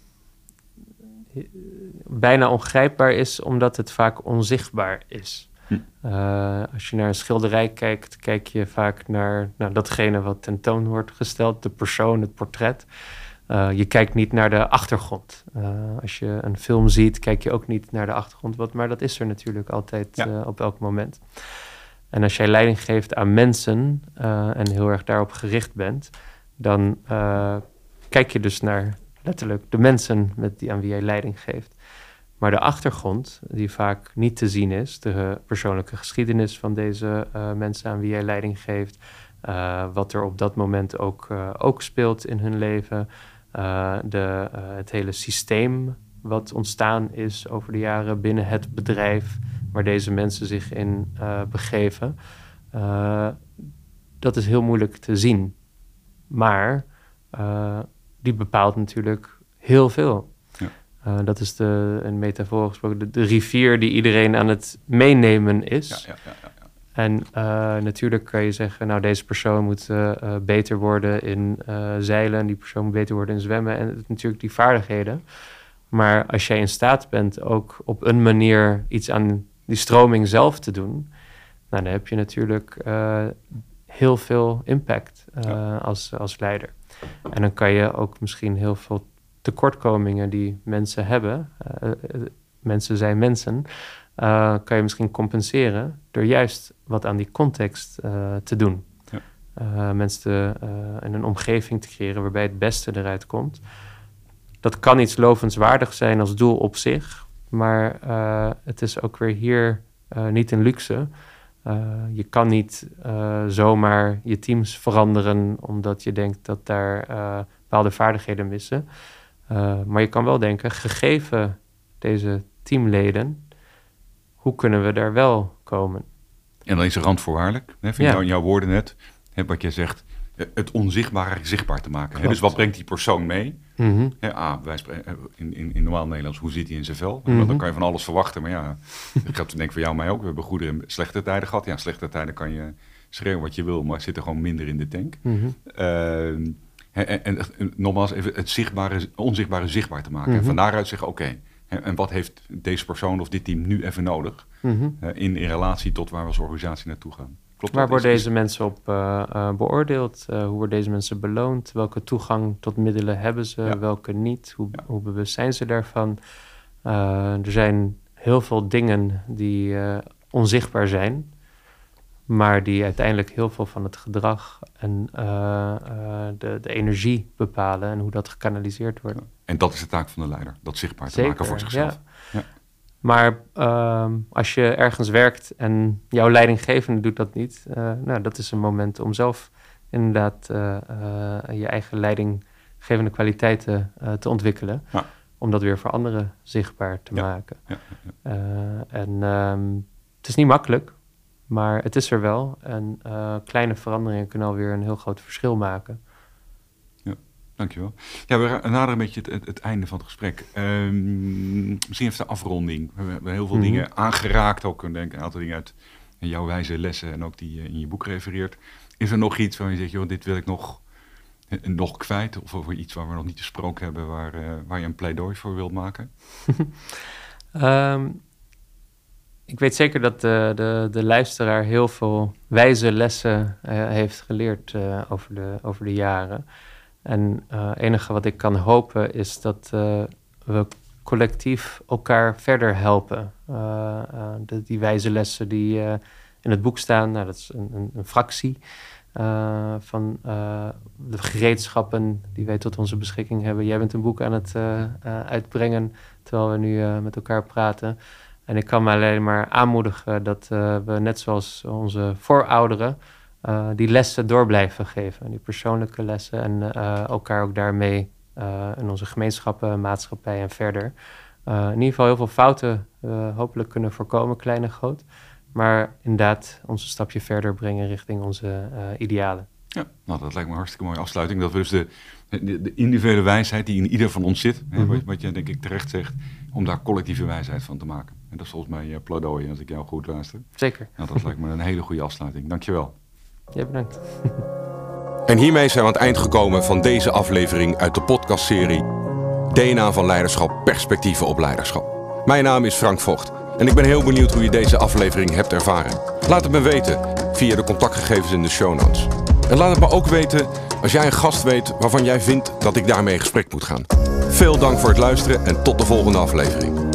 bijna ongrijpbaar is, omdat het vaak onzichtbaar is. Hm. Uh, als je naar een schilderij kijkt, kijk je vaak naar nou, datgene wat tentoon wordt gesteld, de persoon, het portret. Uh, je kijkt niet naar de achtergrond. Uh, als je een film ziet, kijk je ook niet naar de achtergrond. Wat, maar dat is er natuurlijk altijd ja. uh, op elk moment. En als jij leiding geeft aan mensen uh, en heel erg daarop gericht bent, dan uh, kijk je dus naar letterlijk de mensen met die, aan wie jij leiding geeft. Maar de achtergrond, die vaak niet te zien is, de persoonlijke geschiedenis van deze uh, mensen aan wie jij leiding geeft, uh, wat er op dat moment ook, uh, ook speelt in hun leven, uh, de, uh, het hele systeem wat ontstaan is over de jaren binnen het bedrijf waar deze mensen zich in uh, begeven, uh, dat is heel moeilijk te zien. Maar uh, die bepaalt natuurlijk heel veel. Uh, dat is de, een metafoor gesproken, de, de rivier die iedereen aan het meenemen is. Ja, ja, ja, ja. En uh, natuurlijk kan je zeggen, nou, deze persoon moet uh, uh, beter worden in uh, zeilen, en die persoon moet beter worden in zwemmen. En het, natuurlijk die vaardigheden. Maar als jij in staat bent ook op een manier iets aan die stroming zelf te doen, nou, dan heb je natuurlijk uh, heel veel impact uh, ja. als, als leider. En dan kan je ook misschien heel veel tekortkomingen die mensen hebben, uh, uh, mensen zijn mensen, uh, kan je misschien compenseren door juist wat aan die context uh, te doen. Ja. Uh, mensen te, uh, in een omgeving te creëren waarbij het beste eruit komt. Dat kan iets lovenswaardigs zijn als doel op zich, maar uh, het is ook weer hier uh, niet een luxe. Uh, je kan niet uh, zomaar je teams veranderen omdat je denkt dat daar uh, bepaalde vaardigheden missen. Uh, maar je kan wel denken, gegeven deze teamleden, hoe kunnen we daar wel komen? En dan is er randvoorwaardelijk, hè, vind ja. je jouw woorden net, hè, wat je zegt, het onzichtbare zichtbaar te maken. Hè? Dus wat brengt die persoon mee? Mm-hmm. Hè, ah, wij spreken, in, in, in normaal Nederlands, hoe zit hij in zijn vel? Mm-hmm. Dan kan je van alles verwachten, maar ja, dat geldt denk ik voor jou en mij ook. We hebben goede en slechte tijden gehad. Ja, slechte tijden kan je schreeuwen wat je wil, maar zit er gewoon minder in de tank. Mm-hmm. Uh, En, en, en nogmaals, even het zichtbare, onzichtbare zichtbaar te maken. Mm-hmm. En van daaruit zeggen, oké, okay, en, en wat heeft deze persoon of dit team nu even nodig? Mm-hmm. Uh, in, in relatie tot waar we als organisatie naartoe gaan. Klopt. Waar worden deze mensen op uh, uh, beoordeeld? Uh, hoe worden deze mensen beloond? Welke toegang tot middelen hebben ze? Ja. Welke niet? Hoe, ja. hoe bewust zijn ze daarvan? Uh, er zijn heel veel dingen die uh, onzichtbaar zijn, maar die uiteindelijk heel veel van het gedrag en uh, uh, de, de energie bepalen en hoe dat gekanaliseerd wordt. En dat is de taak van de leider, dat zichtbaar te Zeker, maken voor zichzelf. Ja. Ja. Maar uh, als je ergens werkt en jouw leidinggevende doet dat niet, uh, nou, dat is een moment om zelf inderdaad uh, uh, je eigen leidinggevende kwaliteiten uh, te ontwikkelen. Ja. Om dat weer voor anderen zichtbaar te ja. maken. Ja, ja, ja. Uh, en um, het is niet makkelijk, maar het is er wel. En uh, kleine veranderingen kunnen alweer een heel groot verschil maken. Ja, dankjewel. Ja, we naderen een beetje het, het, het einde van het gesprek. Um, misschien even de afronding. We hebben heel veel mm-hmm. dingen aangeraakt. Ook een, denk, een aantal dingen uit jouw wijze lessen en ook die je in je boek refereert. Is er nog iets waar je zegt, joh, dit wil ik nog... nog kwijt, of over iets waar we nog niet gesproken hebben, waar, uh, waar je een pleidooi voor wilt maken? um, ik weet zeker dat de, de, de luisteraar heel veel wijze lessen uh, heeft geleerd uh, over, de, over de jaren. En het uh, enige wat ik kan hopen is dat uh, we collectief elkaar verder helpen. Uh, uh, de, die wijze lessen die uh, in het boek staan, nou, dat is een, een, een fractie Uh, van uh, de gereedschappen die wij tot onze beschikking hebben. Jij bent een boek aan het uh, uh, uitbrengen terwijl we nu uh, met elkaar praten. En ik kan me alleen maar aanmoedigen dat uh, we net zoals onze voorouderen uh, die lessen door blijven geven. Die persoonlijke lessen en uh, elkaar ook daarmee uh, in onze gemeenschappen, maatschappij en verder. Uh, in ieder geval heel veel fouten uh, hopelijk kunnen voorkomen, klein en groot. Maar inderdaad ons een stapje verder brengen richting onze uh, idealen. Ja, nou dat lijkt me een hartstikke mooie afsluiting. Dat we dus de, de, de individuele wijsheid die in ieder van ons zit, mm-hmm. hè, wat, wat je denk ik terecht zegt, om daar collectieve wijsheid van te maken. En dat is volgens mij uh, pleidooi, als ik jou goed luister. Zeker. Nou, dat lijkt me een hele goede afsluiting. Dankjewel. Ja, bedankt. En hiermee zijn we aan het eind gekomen van deze aflevering uit de podcastserie D N A van Leiderschap, Perspectieven op Leiderschap. Mijn naam is Frank Vogt. En ik ben heel benieuwd hoe je deze aflevering hebt ervaren. Laat het me weten via de contactgegevens in de show notes. En laat het me ook weten als jij een gast weet waarvan jij vindt dat ik daarmee in gesprek moet gaan. Veel dank voor het luisteren en tot de volgende aflevering.